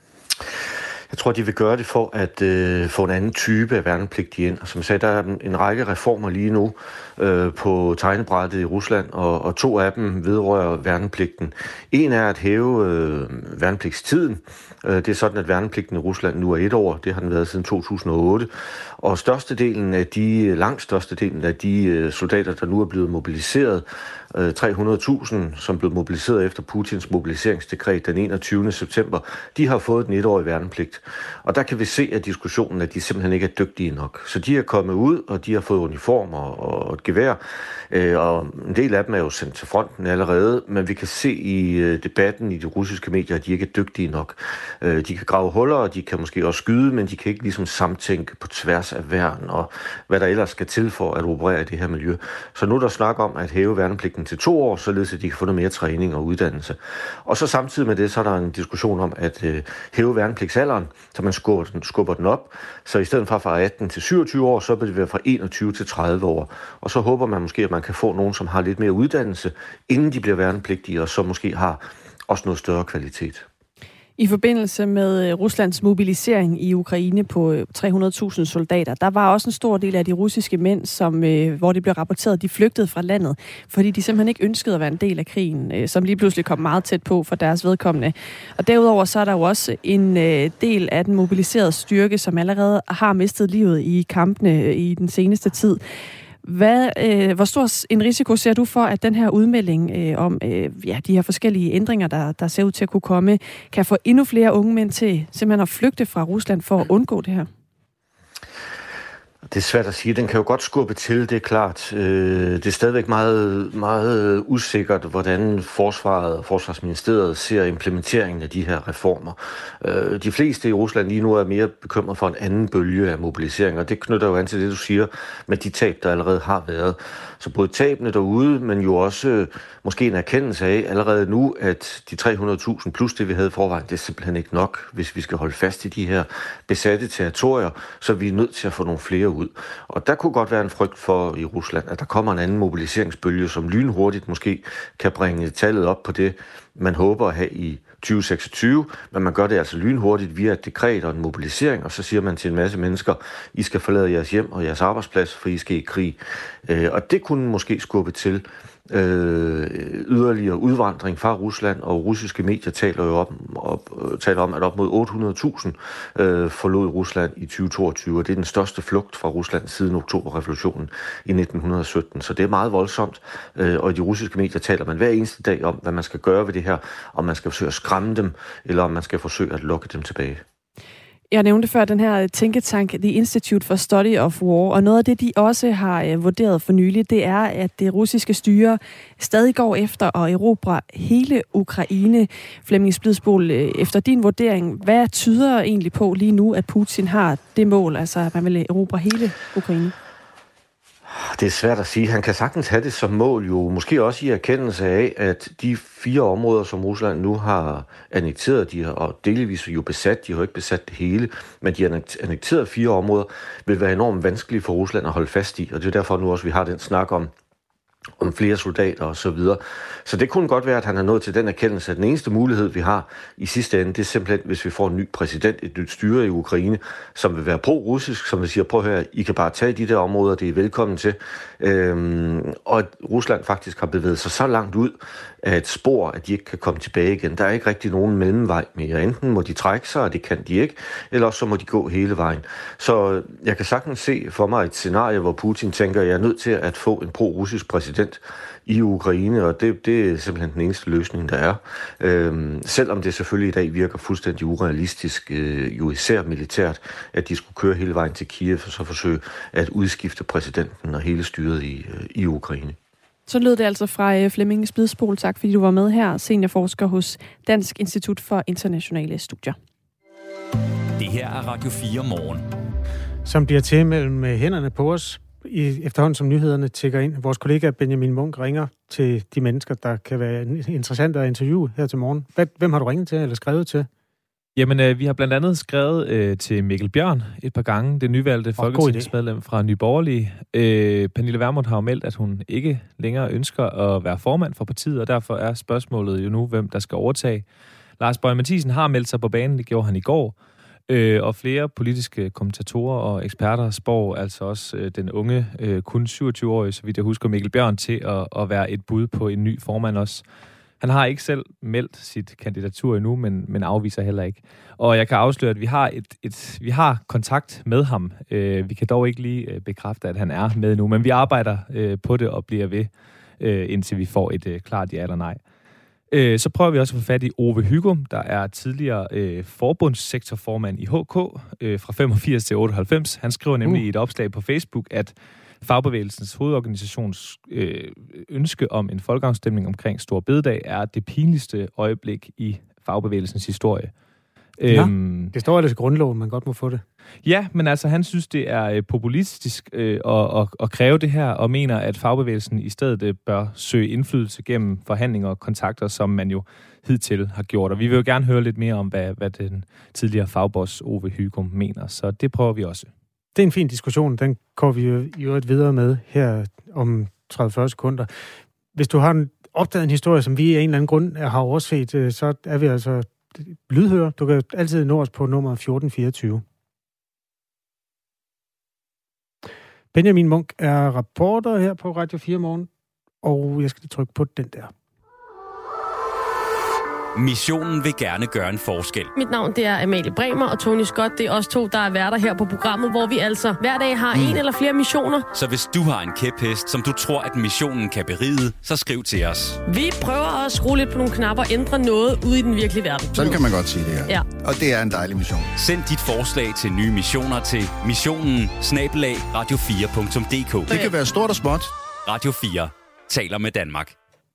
N: Jeg tror, de vil gøre det for at øh, få en anden type af værnepligtige ind. Og som jeg sagde, der er en, en række reformer lige nu øh, på tegnebrættet i Rusland, og, og to af dem vedrører værnepligten. En er at hæve øh, værnepligtstiden. Øh, det er sådan, at værnepligten i Rusland nu er et år. Det har den været siden to tusind og otte. Og størstedelen af de, langt størstedelen af de øh, soldater, der nu er blevet mobiliseret, tre hundrede tusind, som blev mobiliseret efter Putins mobiliseringsdekret den enogtyvende september, de har fået den etårige værnepligt. Og der kan vi se af diskussionen, at de simpelthen ikke er dygtige nok. Så de er kommet ud, og de har fået uniformer og et gevær, og en del af dem er jo sendt til fronten allerede, men vi kan se i debatten i de russiske medier, at de ikke er dygtige nok. De kan grave huller, og de kan måske også skyde, men de kan ikke ligesom samtænke på tværs af værn, og hvad der ellers skal til for at operere i det her miljø. Så nu er der snak om at hæve værnepligten til to år, således at de kan få noget mere træning og uddannelse. Og så samtidig med det, så er der en diskussion om at øh, hæve værnepligtsalderen, så man skubber den, skubber den op. Så i stedet for fra atten til syvogtyve år, så vil det være fra enogtyve til tredive år. Og så håber man måske, at man kan få nogen, som har lidt mere uddannelse, inden de bliver værnepligtige, og så måske har også noget større kvalitet.
D: I forbindelse med Ruslands mobilisering i Ukraine på tre hundrede tusind soldater, der var også en stor del af de russiske mænd, som, hvor det blev rapporteret, de flygtede fra landet, fordi de simpelthen ikke ønskede at være en del af krigen, som lige pludselig kom meget tæt på for deres vedkommende. Og derudover så er der jo også en del af den mobiliserede styrke, som allerede har mistet livet i kampene i den seneste tid. Hvad, øh, hvor stor en risiko ser du for, at den her udmelding øh, om øh, ja, de her forskellige ændringer, der, der ser ud til at kunne komme, kan få endnu flere unge mænd til simpelthen at flygte fra Rusland for at undgå det her?
N: Det er svært at sige. Den kan jo godt skubbe til, det er klart. Det er stadigvæk meget, meget usikkert, hvordan Forsvaret og Forsvarsministeriet ser implementeringen af de her reformer. De fleste i Rusland lige nu er mere bekymret for en anden bølge af mobilisering, og det knytter jo an til det, du siger, med de tab, der allerede har været. Så både tabene derude, men jo også måske en erkendelse af allerede nu, at de tre hundrede tusind plus det, vi havde i forvejen, det er simpelthen ikke nok, hvis vi skal holde fast i de her besatte territorier, så vi er nødt til at få nogle flere ud. Og der kunne godt være en frygt for i Rusland, at der kommer en anden mobiliseringsbølge, som lynhurtigt måske kan bringe tallet op på det, man håber at have i tyve seksogtyve, men man gør det altså lynhurtigt via et dekret og en mobilisering, og så siger man til en masse mennesker, I skal forlade jeres hjem og jeres arbejdsplads, for I skal i krig. Og det kunne måske skubbe til øh, yderligere udvandring fra Rusland, og russiske medier taler jo om, op, taler om at op mod otte hundrede tusind øh, forlod Rusland i tyve toogtyve, og det er den største flugt fra Rusland siden oktoberrevolutionen i nitten sytten. Så det er meget voldsomt, øh, og i de russiske medier taler man hver eneste dag om, hvad man skal gøre ved det her, om man skal forsøge at skræmme dem, eller om man skal forsøge at lokke dem tilbage.
D: Jeg nævnte før den her tænketank, The Institute for Study of War, og noget af det, de også har vurderet for nylig, det er, at det russiske styre stadig går efter at erobre hele Ukraine. Flemming Splidsboel, efter din vurdering, hvad tyder egentlig på lige nu, at Putin har det mål, altså at man vil erobre hele Ukraine?
N: Det er svært at sige. Han kan sagtens have det som mål, jo måske også i erkendelse af, at de fire områder, som Rusland nu har annekteret, de har, og delvis jo besat, de har jo ikke besat det hele, men de har annekteret fire områder, vil være enormt vanskelige for Rusland at holde fast i, og det er derfor nu også, vi har den snak om, om flere soldater og så videre. Så det kunne godt være, at han har nået til den erkendelse, at den eneste mulighed, vi har i sidste ende, det er simpelthen, hvis vi får en ny præsident, et nyt styre i Ukraine, som vil være pro-russisk, som vil sige, prøv at høre, I kan bare tage de der områder, det er velkommen til. Øhm, og at Rusland faktisk har bevæget sig så langt ud af et spor, at de ikke kan komme tilbage igen. Der er ikke rigtig nogen mellemvej mere. Enten må de trække sig, og det kan de ikke, eller også så må de gå hele vejen. Så jeg kan sagtens se for mig et scenarie, hvor Putin tænker, at jeg er nødt til at få en pro-russisk præsident i Ukraine, og det, det er simpelthen den eneste løsning, der er. Øhm, selvom det selvfølgelig i dag virker fuldstændig urealistisk, øh, jo især militært, at de skulle køre hele vejen til Kiev og så forsøge at udskifte præsidenten og hele styret i, øh, i Ukraine.
D: Så lød det altså fra Flemming Spidsbol. Tak fordi du var med her, seniorforsker hos Dansk Institut for Internationale Studier.
B: Det her er Radio fire morgen.
C: Som bliver til mellem hænderne på os, i efterhånden som nyhederne tikker ind. Vores kollega Benjamin Munk ringer til de mennesker, der kan være interessante at interviewe her til morgen. Hvem har du ringet til eller skrevet til?
O: Jamen, øh, vi har blandt andet skrevet øh, til Mikkel Bjørn et par gange, det nyvalgte oh, folketingsmedlem fra Nye Borgerlige. Øh, Pernille Vermund har jo meldt, at hun ikke længere ønsker at være formand for partiet, og derfor er spørgsmålet jo nu, hvem der skal overtage. Lars Boje Mathiesen har meldt sig på banen, det gjorde han i går, øh, og flere politiske kommentatorer og eksperter spår altså også øh, den unge, øh, kun syvogtyve-årige, så vidt jeg husker, Mikkel Bjørn til at, at være et bud på en ny formand også. Han har ikke selv meldt sit kandidatur endnu, men, men afviser heller ikke. Og jeg kan afsløre, at vi har, et, et, vi har kontakt med ham. Øh, vi kan dog ikke lige øh, bekræfte, at han er med nu, men vi arbejder øh, på det og bliver ved, øh, indtil vi får et øh, klart ja eller nej. Øh, så prøver vi også at få fat i Ove Hygum, der er tidligere øh, forbundssektorformand i H K øh, fra femogfirs til otteoghalvfems. Han skriver nemlig uh. i et opslag på Facebook, at Fagbevægelsens hovedorganisations øh, ønske om en folkeafstemning omkring Store Bededag er det pinligste øjeblik i fagbevægelsens historie.
C: Ja, øhm, det står ellers i grundloven, man godt må få det.
O: Ja, men altså han synes, det er øh, populistisk øh, at, at, at kræve det her, og mener, at fagbevægelsen i stedet øh, bør søge indflydelse gennem forhandlinger og kontakter, som man jo hidtil har gjort. Og vi vil jo gerne høre lidt mere om, hvad, hvad den tidligere fagboss Ove Hygum mener, så det prøver vi også.
C: Det er en fin diskussion, den går vi jo i øvrigt videre med her om tredive til fyrre sekunder. Hvis du har opdaget en historie, som vi af en eller anden grund har overset, så er vi altså lydhører. Du kan altid nå os på nummer fjorten fireogtyve. Benjamin Munk er reporter her på Radio fire Morgen, og jeg skal lige trykke på den der.
B: Missionen vil gerne gøre en forskel.
P: Mit navn det er Amalie Bremer, og Tony Scott, det er os to, der er værter her på programmet, hvor vi altså hver dag har mm. en eller flere missioner.
B: Så hvis du har en kæphest, som du tror, at missionen kan beride, så skriv til os.
P: Vi prøver at skrue lidt på nogle knapper og ændre noget ude i den virkelige verden.
Q: Sådan kan man godt sige det her.
P: Ja.
Q: Og det er en dejlig mission.
B: Send dit forslag til nye missioner til missionen snabel-a radio fire punktum d k.
Q: Det kan være stort og småt.
B: Radio fire taler med Danmark.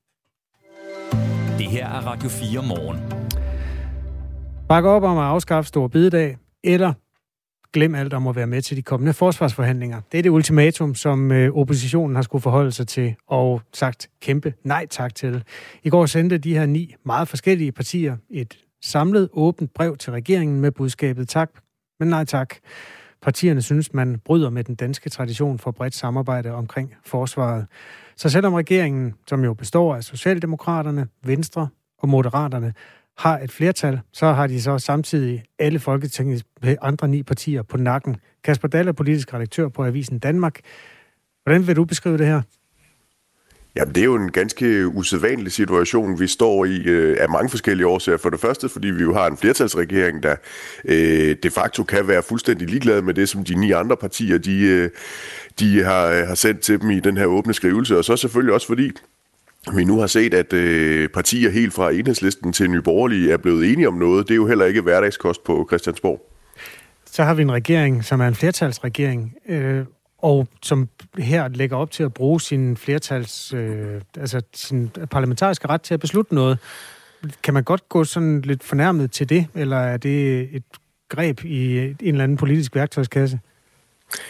B: Det her er Radio fire Morgen.
C: Bak op om at afskaffe Store Bededag, eller glem alt om at være med til de kommende forsvarsforhandlinger. Det er det ultimatum, som oppositionen har skulle forholde sig til og sagt kæmpe nej tak til. I går sendte de her ni meget forskellige partier et samlet åbent brev til regeringen med budskabet tak, men nej tak. Partierne synes, man bryder med den danske tradition for bredt samarbejde omkring forsvaret. Så selvom regeringen, som jo består af Socialdemokraterne, Venstre og Moderaterne, har et flertal, så har de så samtidig alle Folketingets andre ni partier på nakken. Kasper Dahl er politisk redaktør på Avisen Danmark. Hvordan vil du beskrive det her?
R: Jamen, det er jo en ganske usædvanlig situation, vi står i øh, af mange forskellige årsager. For det første, fordi vi jo har en flertalsregering, der øh, de facto kan være fuldstændig ligeglade med det, som de ni andre partier, de, øh, de har, har sendt til dem i den her åbne skrivelse. Og så selvfølgelig også fordi vi nu har set, at øh, partier helt fra Enhedslisten til Nye Borgerlige er blevet enige om noget. Det er jo heller ikke hverdagskost på Christiansborg.
C: Så har vi en regering, som er en flertalsregering, øh, og som her lægger op til at bruge sin flertals, øh, altså sin parlamentariske ret til at beslutte noget. Kan man godt gå sådan lidt fornærmet til det, eller er det et greb i en eller anden politisk værktøjskasse?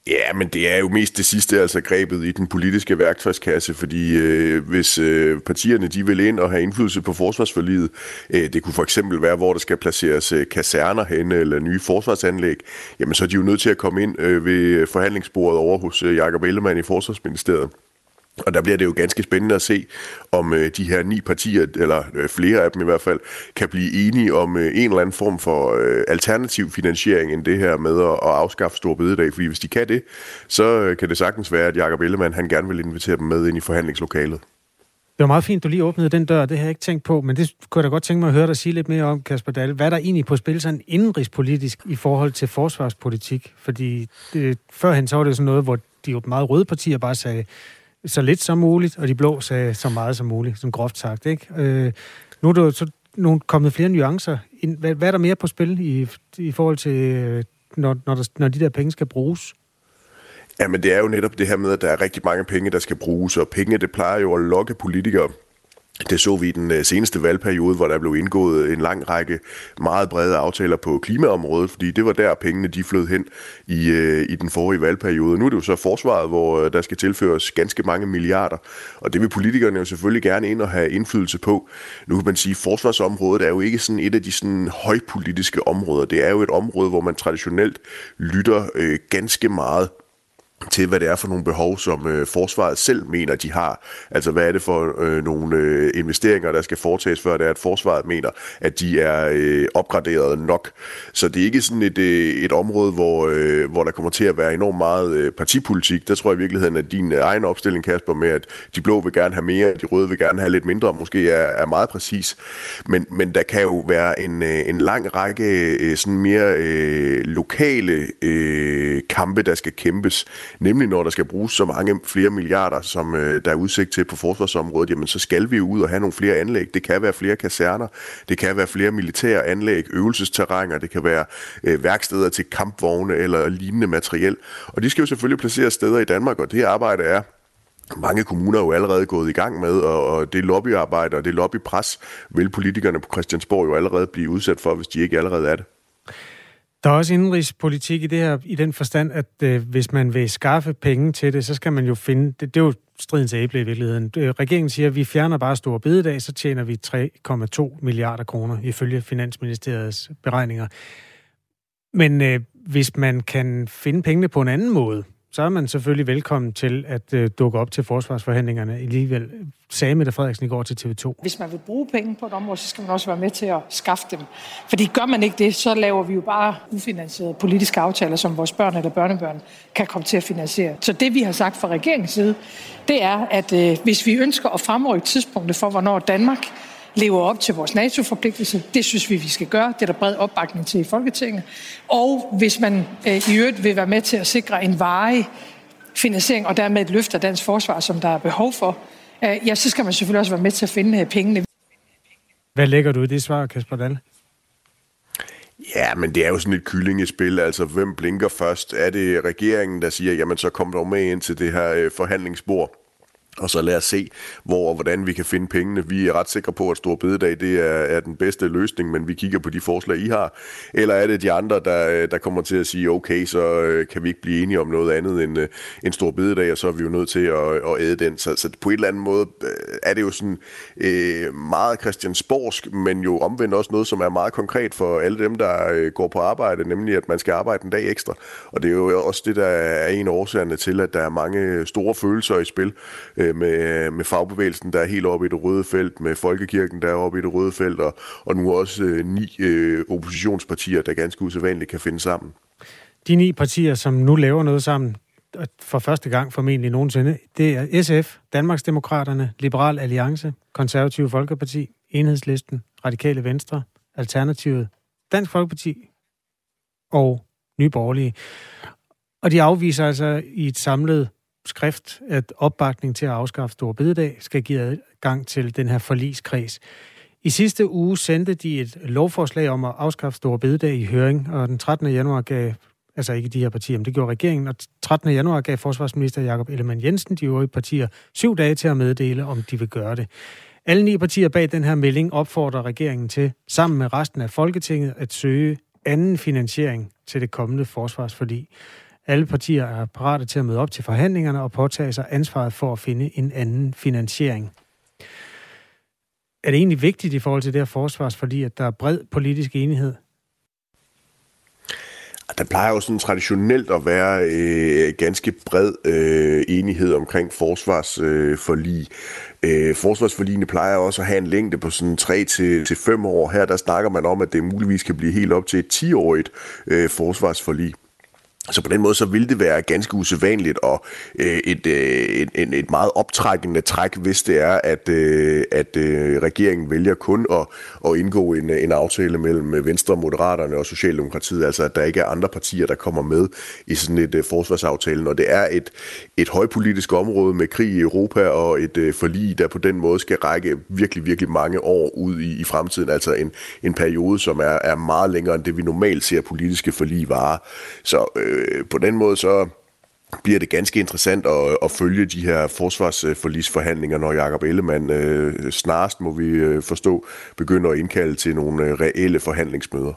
R: Ja, men det er jo mest det sidste, altså grebet i den politiske værktøjskasse, fordi øh, hvis øh, partierne de vil ind og have indflydelse på forsvarsforliget, øh, det kunne for eksempel være, hvor der skal placeres øh, kaserner hen eller nye forsvarsanlæg, jamen så er de jo nødt til at komme ind øh, ved forhandlingsbordet over hos øh, Jakob Ellemann i Forsvarsministeriet. Og der bliver det jo ganske spændende at se, om øh, de her ni partier, eller øh, flere af dem i hvert fald, kan blive enige om øh, en eller anden form for øh, alternativ finansiering end det her med at, at afskaffe store bededag. Fordi hvis de kan det, så øh, kan det sagtens være, at Jakob Ellemann han gerne vil invitere dem med ind i forhandlingslokalet.
C: Det var meget fint, du lige åbnede den dør, det har jeg ikke tænkt på, men det kunne jeg da godt tænke mig at høre dig sige lidt mere om, Kasper Dahl. Hvad er der egentlig på spil sådan indenrigspolitisk i forhold til forsvarspolitik? Fordi det, førhen så var det sådan noget, hvor de jo meget røde partier bare sagde, så lidt som muligt, og de blå sagde så meget som muligt, som groft sagt, ikke? Øh, nu er der så nogle kommet flere nuancer. Hvad, hvad er der mere på spil i, i forhold til, når, når, der, når de der penge skal bruges?
R: Ja, men det er jo netop det her med, at der er rigtig mange penge, der skal bruges, og penge, det plejer jo at lokke politikere. Det så vi i den seneste valgperiode, hvor der blev indgået en lang række meget brede aftaler på klimaområdet, fordi det var der pengene de flød hen i, i den forrige valgperiode. Nu er det jo så forsvaret, hvor der skal tilføres ganske mange milliarder, og det vil politikerne jo selvfølgelig gerne ind og have indflydelse på. Nu kan man sige, at forsvarsområdet er jo ikke sådan et af de sådan højpolitiske områder. Det er jo et område, hvor man traditionelt lytter øh, ganske meget til, hvad det er for nogle behov, som øh, forsvaret selv mener, de har. Altså, hvad er det for øh, nogle øh, investeringer, der skal foretages, før det er, at forsvaret mener, at de er øh, opgraderet nok. Så det er ikke sådan et, øh, et område, hvor, øh, hvor der kommer til at være enormt meget øh, partipolitik. Der tror jeg i virkeligheden, at din egen opstilling, Kasper, med at de blå vil gerne have mere, de røde vil gerne have lidt mindre, måske er, er meget præcis. Men, men der kan jo være en, øh, en lang række øh, sådan mere øh, lokale øh, kampe, der skal kæmpes. Nemlig når der skal bruges så mange flere milliarder, som øh, der er udsigt til på forsvarsområdet, jamen så skal vi jo ud og have nogle flere anlæg. Det kan være flere kaserner, det kan være flere militære anlæg, øvelsesterrænger, det kan være øh, værksteder til kampvogne eller lignende materiel. Og de skal jo selvfølgelig placeres steder i Danmark, og det arbejde er mange kommuner er jo allerede gået i gang med, og det lobbyarbejde og det lobbypres vil politikerne på Christiansborg jo allerede blive udsat for, hvis de ikke allerede er det.
C: Der er også indenrigspolitik i det her, i den forstand, at øh, hvis man vil skaffe penge til det, så skal man jo finde, det, det er jo stridens æble i virkeligheden. Øh, regeringen siger, at vi fjerner bare store bededag, så tjener vi tre komma to milliarder kroner, ifølge Finansministeriets beregninger. Men øh, hvis man kan finde pengene på en anden måde, så er man selvfølgelig velkommen til at øh, dukke op til forsvarsforhandlingerne. Alligevel sagde Mette Frederiksen i går til T V to.
F: Hvis man vil bruge penge på et område, så skal man også være med til at skaffe dem. Fordi gør man ikke det, så laver vi jo bare ufinansierede politiske aftaler, som vores børn eller børnebørn kan komme til at finansiere. Så det vi har sagt fra regeringens side, det er, at øh, hvis vi ønsker at fremrykke tidspunktet for, hvornår Danmark lever op til vores NATO-forpligtelse. Det synes vi, vi skal gøre. Det er der bred opbakning til i Folketinget. Og hvis man øh, i øvrigt vil være med til at sikre en varig finansiering, og dermed et løft af dansk forsvar, som der er behov for, øh, ja, så skal man selvfølgelig også være med til at finde øh, pengene.
C: Hvad lægger du i det svar, Kasper Dahl?
R: Ja, men det er jo sådan et kyllingespil. Altså, hvem blinker først? Er det regeringen, der siger, jamen så kom dog med ind til det her øh, forhandlingsbord? Og så lad os se, hvor og hvordan vi kan finde pengene. Vi er ret sikre på, at Store Bededag det er, er den bedste løsning, men vi kigger på de forslag, I har. Eller er det de andre, der, der kommer til at sige, okay, så kan vi ikke blive enige om noget andet end en Store Bededag, og så er vi jo nødt til at, at æde den. Så, så på en eller anden måde er det jo sådan øh, meget christiansborgsk, men jo omvendt også noget, som er meget konkret for alle dem, der går på arbejde, nemlig at man skal arbejde en dag ekstra. Og det er jo også det, der er en af årsagerne til, at der er mange store følelser i spil, Med, med fagbevægelsen, der er helt oppe i det røde felt, med Folkekirken, der er oppe i det røde felt, og, og nu også øh, ni øh, oppositionspartier, der ganske usædvanligt kan finde sammen.
C: De ni partier, som nu laver noget sammen, for første gang formentlig nogensinde, det er S F, Danmarksdemokraterne, Liberal Alliance, Konservative Folkeparti, Enhedslisten, Radikale Venstre, Alternativet, Dansk Folkeparti og Nye Borgerlige. Og de afviser altså i et samlet skrift, at opbakning til at afskaffe Store Bededag skal give adgang til den her forligskreds. I sidste uge sendte de et lovforslag om at afskaffe Store Bededag i høring, og den trettende januar gav, altså ikke de her partier, men det gjorde regeringen, og trettende januar gav forsvarsminister Jakob Ellemann Jensen de øvrige partier syv dage til at meddele, om de vil gøre det. Alle ni partier bag den her melding opfordrer regeringen til, sammen med resten af Folketinget, at søge anden finansiering til det kommende forsvarsforlig. Alle partier er parate til at møde op til forhandlingerne og påtage sig ansvaret for at finde en anden finansiering. Er det egentlig vigtigt i forhold til det her forsvarsforlig, at der er bred politisk enighed?
R: Der plejer jo sådan traditionelt at være øh, ganske bred øh, enighed omkring forsvarsforlig. Øh, forsvarsforligene plejer også at have en længde på sådan tre til fem år. Her der snakker man om, at det muligvis kan blive helt op til et ti-årigt øh, forsvarsforlig. Så på den måde, så vil det være ganske usædvanligt og øh, et, øh, et, et meget optrækkende træk, hvis det er, at, øh, at øh, regeringen vælger kun at, at indgå en, en aftale mellem Venstre, Moderaterne og Socialdemokratiet, altså at der ikke er andre partier, der kommer med i sådan et øh, forsvarsaftale. Når det er et, et højpolitisk område med krig i Europa og et øh, forlig, der på den måde skal række virkelig, virkelig mange år ud i, i fremtiden, altså en, en periode, som er, er meget længere end det, vi normalt ser politiske forlig vare. Så øh, på den måde så bliver det ganske interessant at, at følge de her forsvarsforligsforhandlinger, når Jakob Ellemann øh, snarest, må vi øh, forstå, begynder at indkalde til nogle øh, reelle forhandlingsmøder.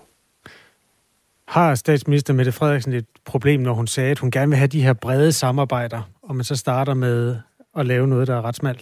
C: Har statsminister Mette Frederiksen et problem, når hun sagde, at hun gerne vil have de her brede samarbejder, og man så starter med at lave noget, der er ret smalt?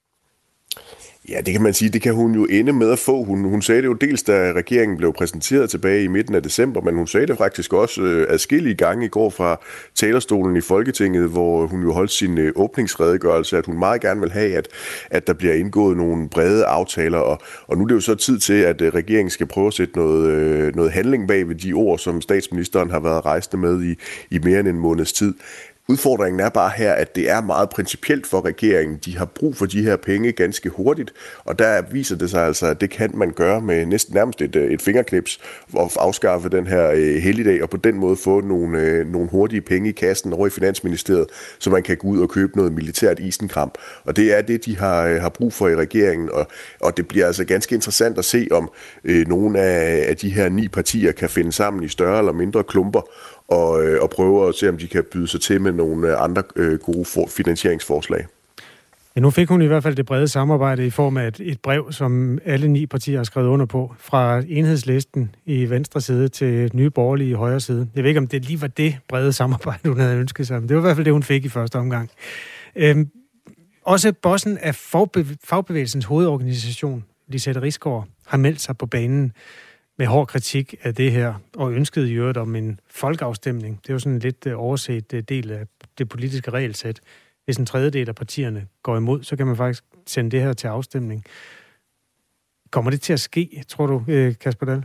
R: Ja, det kan man sige. Det kan hun jo ende med at få. Hun, hun sagde det jo dels, da regeringen blev præsenteret tilbage i midten af december, men hun sagde det faktisk også øh, adskillige gange i går fra talerstolen i Folketinget, hvor hun jo holdt sin øh, åbningsredegørelse, at hun meget gerne vil have, at, at der bliver indgået nogle brede aftaler. Og, og nu er det jo så tid til, at øh, regeringen skal prøve at sætte noget, øh, noget handling bag ved de ord, som statsministeren har været rejsende med i, i mere end en måneds tid. Udfordringen er bare her, at det er meget principielt for regeringen. De har brug for de her penge ganske hurtigt, og der viser det sig altså, at det kan man gøre med næsten nærmest et, et fingerknips og afskaffe den her øh, helligdag, og på den måde få nogle, øh, nogle hurtige penge i kassen over i Finansministeriet, så man kan gå ud og købe noget militært isenkram. Og det er det, de har, øh, har brug for i regeringen, og, og det bliver altså ganske interessant at se, om øh, nogle af, af de her ni partier kan finde sammen i større eller mindre klumper, og, og prøve at se, om de kan byde sig til med nogle andre øh, gode for, finansieringsforslag.
C: Ja, nu fik hun i hvert fald det brede samarbejde i form af et, et brev, som alle ni partier har skrevet under på, fra Enhedslisten i venstre side til Nye Borgerlige i højre side. Jeg ved ikke, om det lige var det brede samarbejde, hun havde ønsket sig, men det var i hvert fald det, hun fik i første omgang. Øhm, også bossen af forbev- fagbevægelsens hovedorganisation, Lisette Risgaard, har meldt sig på banen med hård kritik af det her, og ønskede i øvrigt om en folkeafstemning. Det er jo sådan en lidt overset del af det politiske regelsæt. Hvis en tredjedel af partierne går imod, så kan man faktisk sende det her til afstemning. Kommer det til at ske, tror du, Kasper Dahl?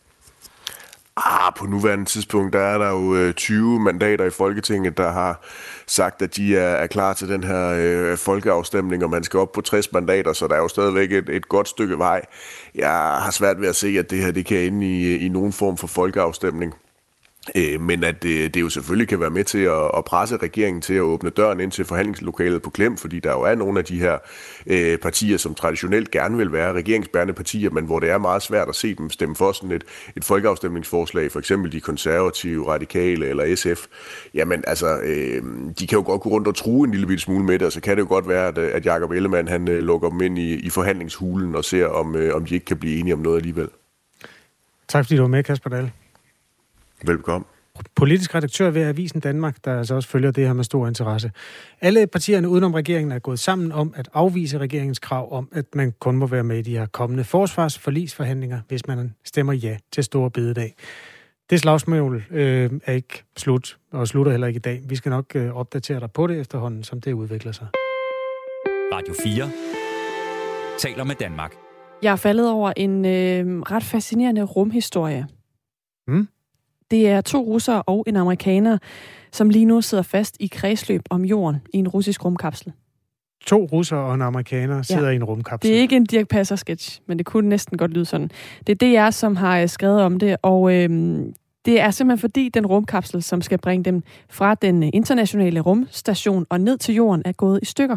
R: Ah, på nuværende tidspunkt, der er der jo tyve mandater i Folketinget, der har sagt, at de er, er klar til den her øh, folkeafstemning, og man skal op på tres mandater, så der er jo stadigvæk et, et godt stykke vej. Jeg har svært ved at se, at det her det kan ende i, i nogen form for folkeafstemning. Øh, men at det, det jo selvfølgelig kan være med til at, at presse regeringen til at åbne døren ind til forhandlingslokalet på klem, fordi der jo er nogle af de her øh, partier, som traditionelt gerne vil være regeringsbærende partier, men hvor det er meget svært at se dem stemme for sådan et, et folkeafstemningsforslag, for eksempel de konservative, radikale eller S F. Jamen altså, øh, de kan jo godt gå rundt og true en lille smule med det, og så kan det jo godt være, at, at Jakob Ellemann han øh, lukker dem ind i, i forhandlingshulen og ser, om, øh, om de ikke kan blive enige om noget alligevel.
C: Tak fordi du var med, Kasper Dahl.
R: Velbekomme.
C: Politisk redaktør ved Avisen Danmark, der altså også følger det her med stor interesse. Alle partierne udenom regeringen er gået sammen om at afvise regeringens krav om, at man kun må være med i de her kommende forsvarsforligsforhandlinger, hvis man stemmer ja til store bededag. Det slagsmål øh, er ikke slut, og slutter heller ikke i dag. Vi skal nok øh, opdatere dig på det efterhånden, som det udvikler sig.
B: Radio fire taler med Danmark.
D: Jeg er faldet over en øh, ret fascinerende rumhistorie.
C: Hmm?
D: Det er to russere og en amerikaner, som lige nu sidder fast i kredsløb om jorden i en russisk rumkapsel.
C: To russere og en amerikaner sidder ja. i en rumkapsel.
D: Det er ikke en Dirch Passer-sketch, men det kunne næsten godt lyde sådan. Det er D R, som har skrevet om det, og øhm, det er simpelthen fordi den rumkapsel, som skal bringe dem fra den internationale rumstation og ned til jorden, er gået i stykker.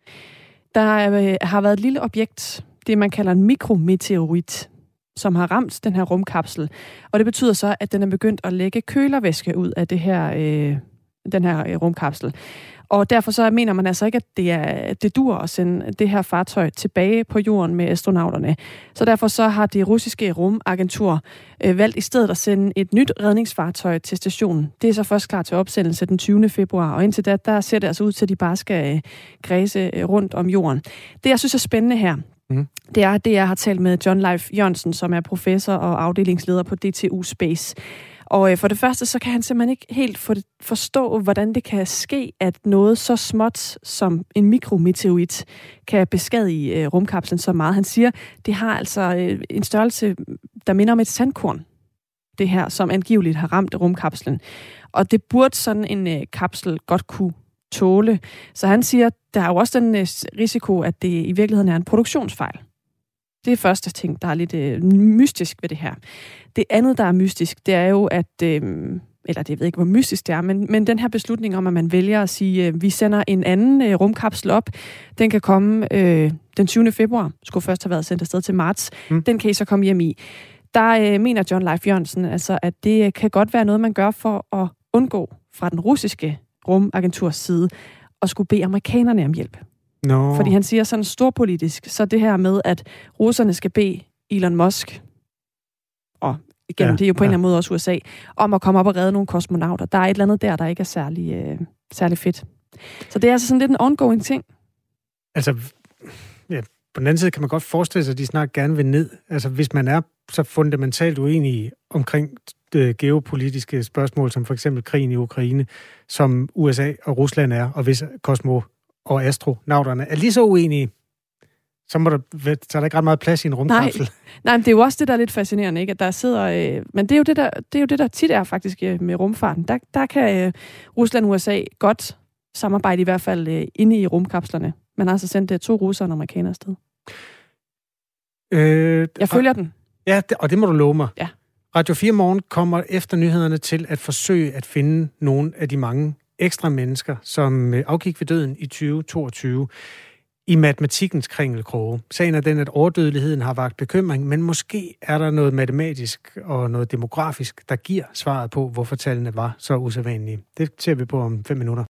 D: Der øh, har været et lille objekt, det man kalder en mikrometeorit, som har ramt den her rumkapsel. Og det betyder så, at den er begyndt at lægge kølervæske ud af det her øh, den her øh, rumkapsel. Og derfor så mener man altså ikke, at det, er, det dur at sende det her fartøj tilbage på jorden med astronauterne. Så derfor så har det russiske rumagentur øh, valgt i stedet at sende et nyt redningsfartøj til stationen. Det er så først klar til opsendelse den tyvende februar, og indtil da, der ser det altså ud til, at de bare skal øh, græse øh, rundt om jorden. Det, jeg synes er spændende her, mm. det er, det jeg har talt med John Leif Jørgensen, som er professor og afdelingsleder på D T U Space. Og for det første, så kan han simpelthen ikke helt forstå, hvordan det kan ske, at noget så småt som en mikrometeorit kan beskadige rumkapslen så meget. Han siger, det har altså en størrelse, der minder om et sandkorn, det her, som angiveligt har ramt rumkapslen. Og det burde sådan en kapsel godt kunne tåle. Så han siger, der er jo også den risiko, at det i virkeligheden er en produktionsfejl. Det er første ting, der er lidt øh, mystisk ved det her. Det andet, der er mystisk, det er jo, at, øh, eller det jeg ved ikke, hvor mystisk det er, men, men den her beslutning om, at man vælger at sige, øh, vi sender en anden øh, rumkapsel op, den kan komme øh, den tyvende februar, skulle først have været sendt afsted til marts, mm. den kan I så komme hjem i. Der øh, mener John Leif Jørgensen, altså, at det kan godt være noget, man gør for at undgå fra den russiske rumagenturs side at skulle bede amerikanerne om hjælp. No. Fordi han siger sådan storpolitisk, så det her med, at russerne skal bede Elon Musk, og igen, ja, det er jo på ja. en eller anden måde også U S A, om at komme op og redde nogle kosmonauter. Der er et eller andet der, der ikke er særlig, øh, særlig fedt. Så det er altså sådan lidt en ongoing ting.
C: Altså, ja, på den anden side kan man godt forestille sig, at de snart gerne vil ned. Altså, hvis man er så fundamentalt uenig omkring det geopolitiske spørgsmål, som for eksempel krigen i Ukraine, som U S A og Rusland er, og hvis Cosmo og astronauterne er lige så uenige, så, må der, så er der ikke ret meget plads i en rumkapsel. Nej,
D: Nej, men det er jo også det, der er lidt fascinerende, ikke? At der sidder, øh, men det er, jo det, der, det er jo det, der tit er faktisk øh, med rumfarten. Der, der kan øh, Rusland og U S A godt samarbejde i hvert fald øh, inde i rumkapslerne. Man har altså sendt øh, to russere og amerikanere afsted. Øh, Jeg følger og, den.
C: Ja, det, og det må du love mig.
D: Ja.
C: Radio fire Morgen kommer efter nyhederne til at forsøge at finde nogle af de mange ekstra mennesker, som afgik ved døden i tyve toogtyve i matematikkens kringelkroge. Sagen er den, at overdødeligheden har vakt bekymring, men måske er der noget matematisk og noget demografisk, der giver svaret på, hvorfor tallene var så usædvanlige. Det ser vi på om fem minutter.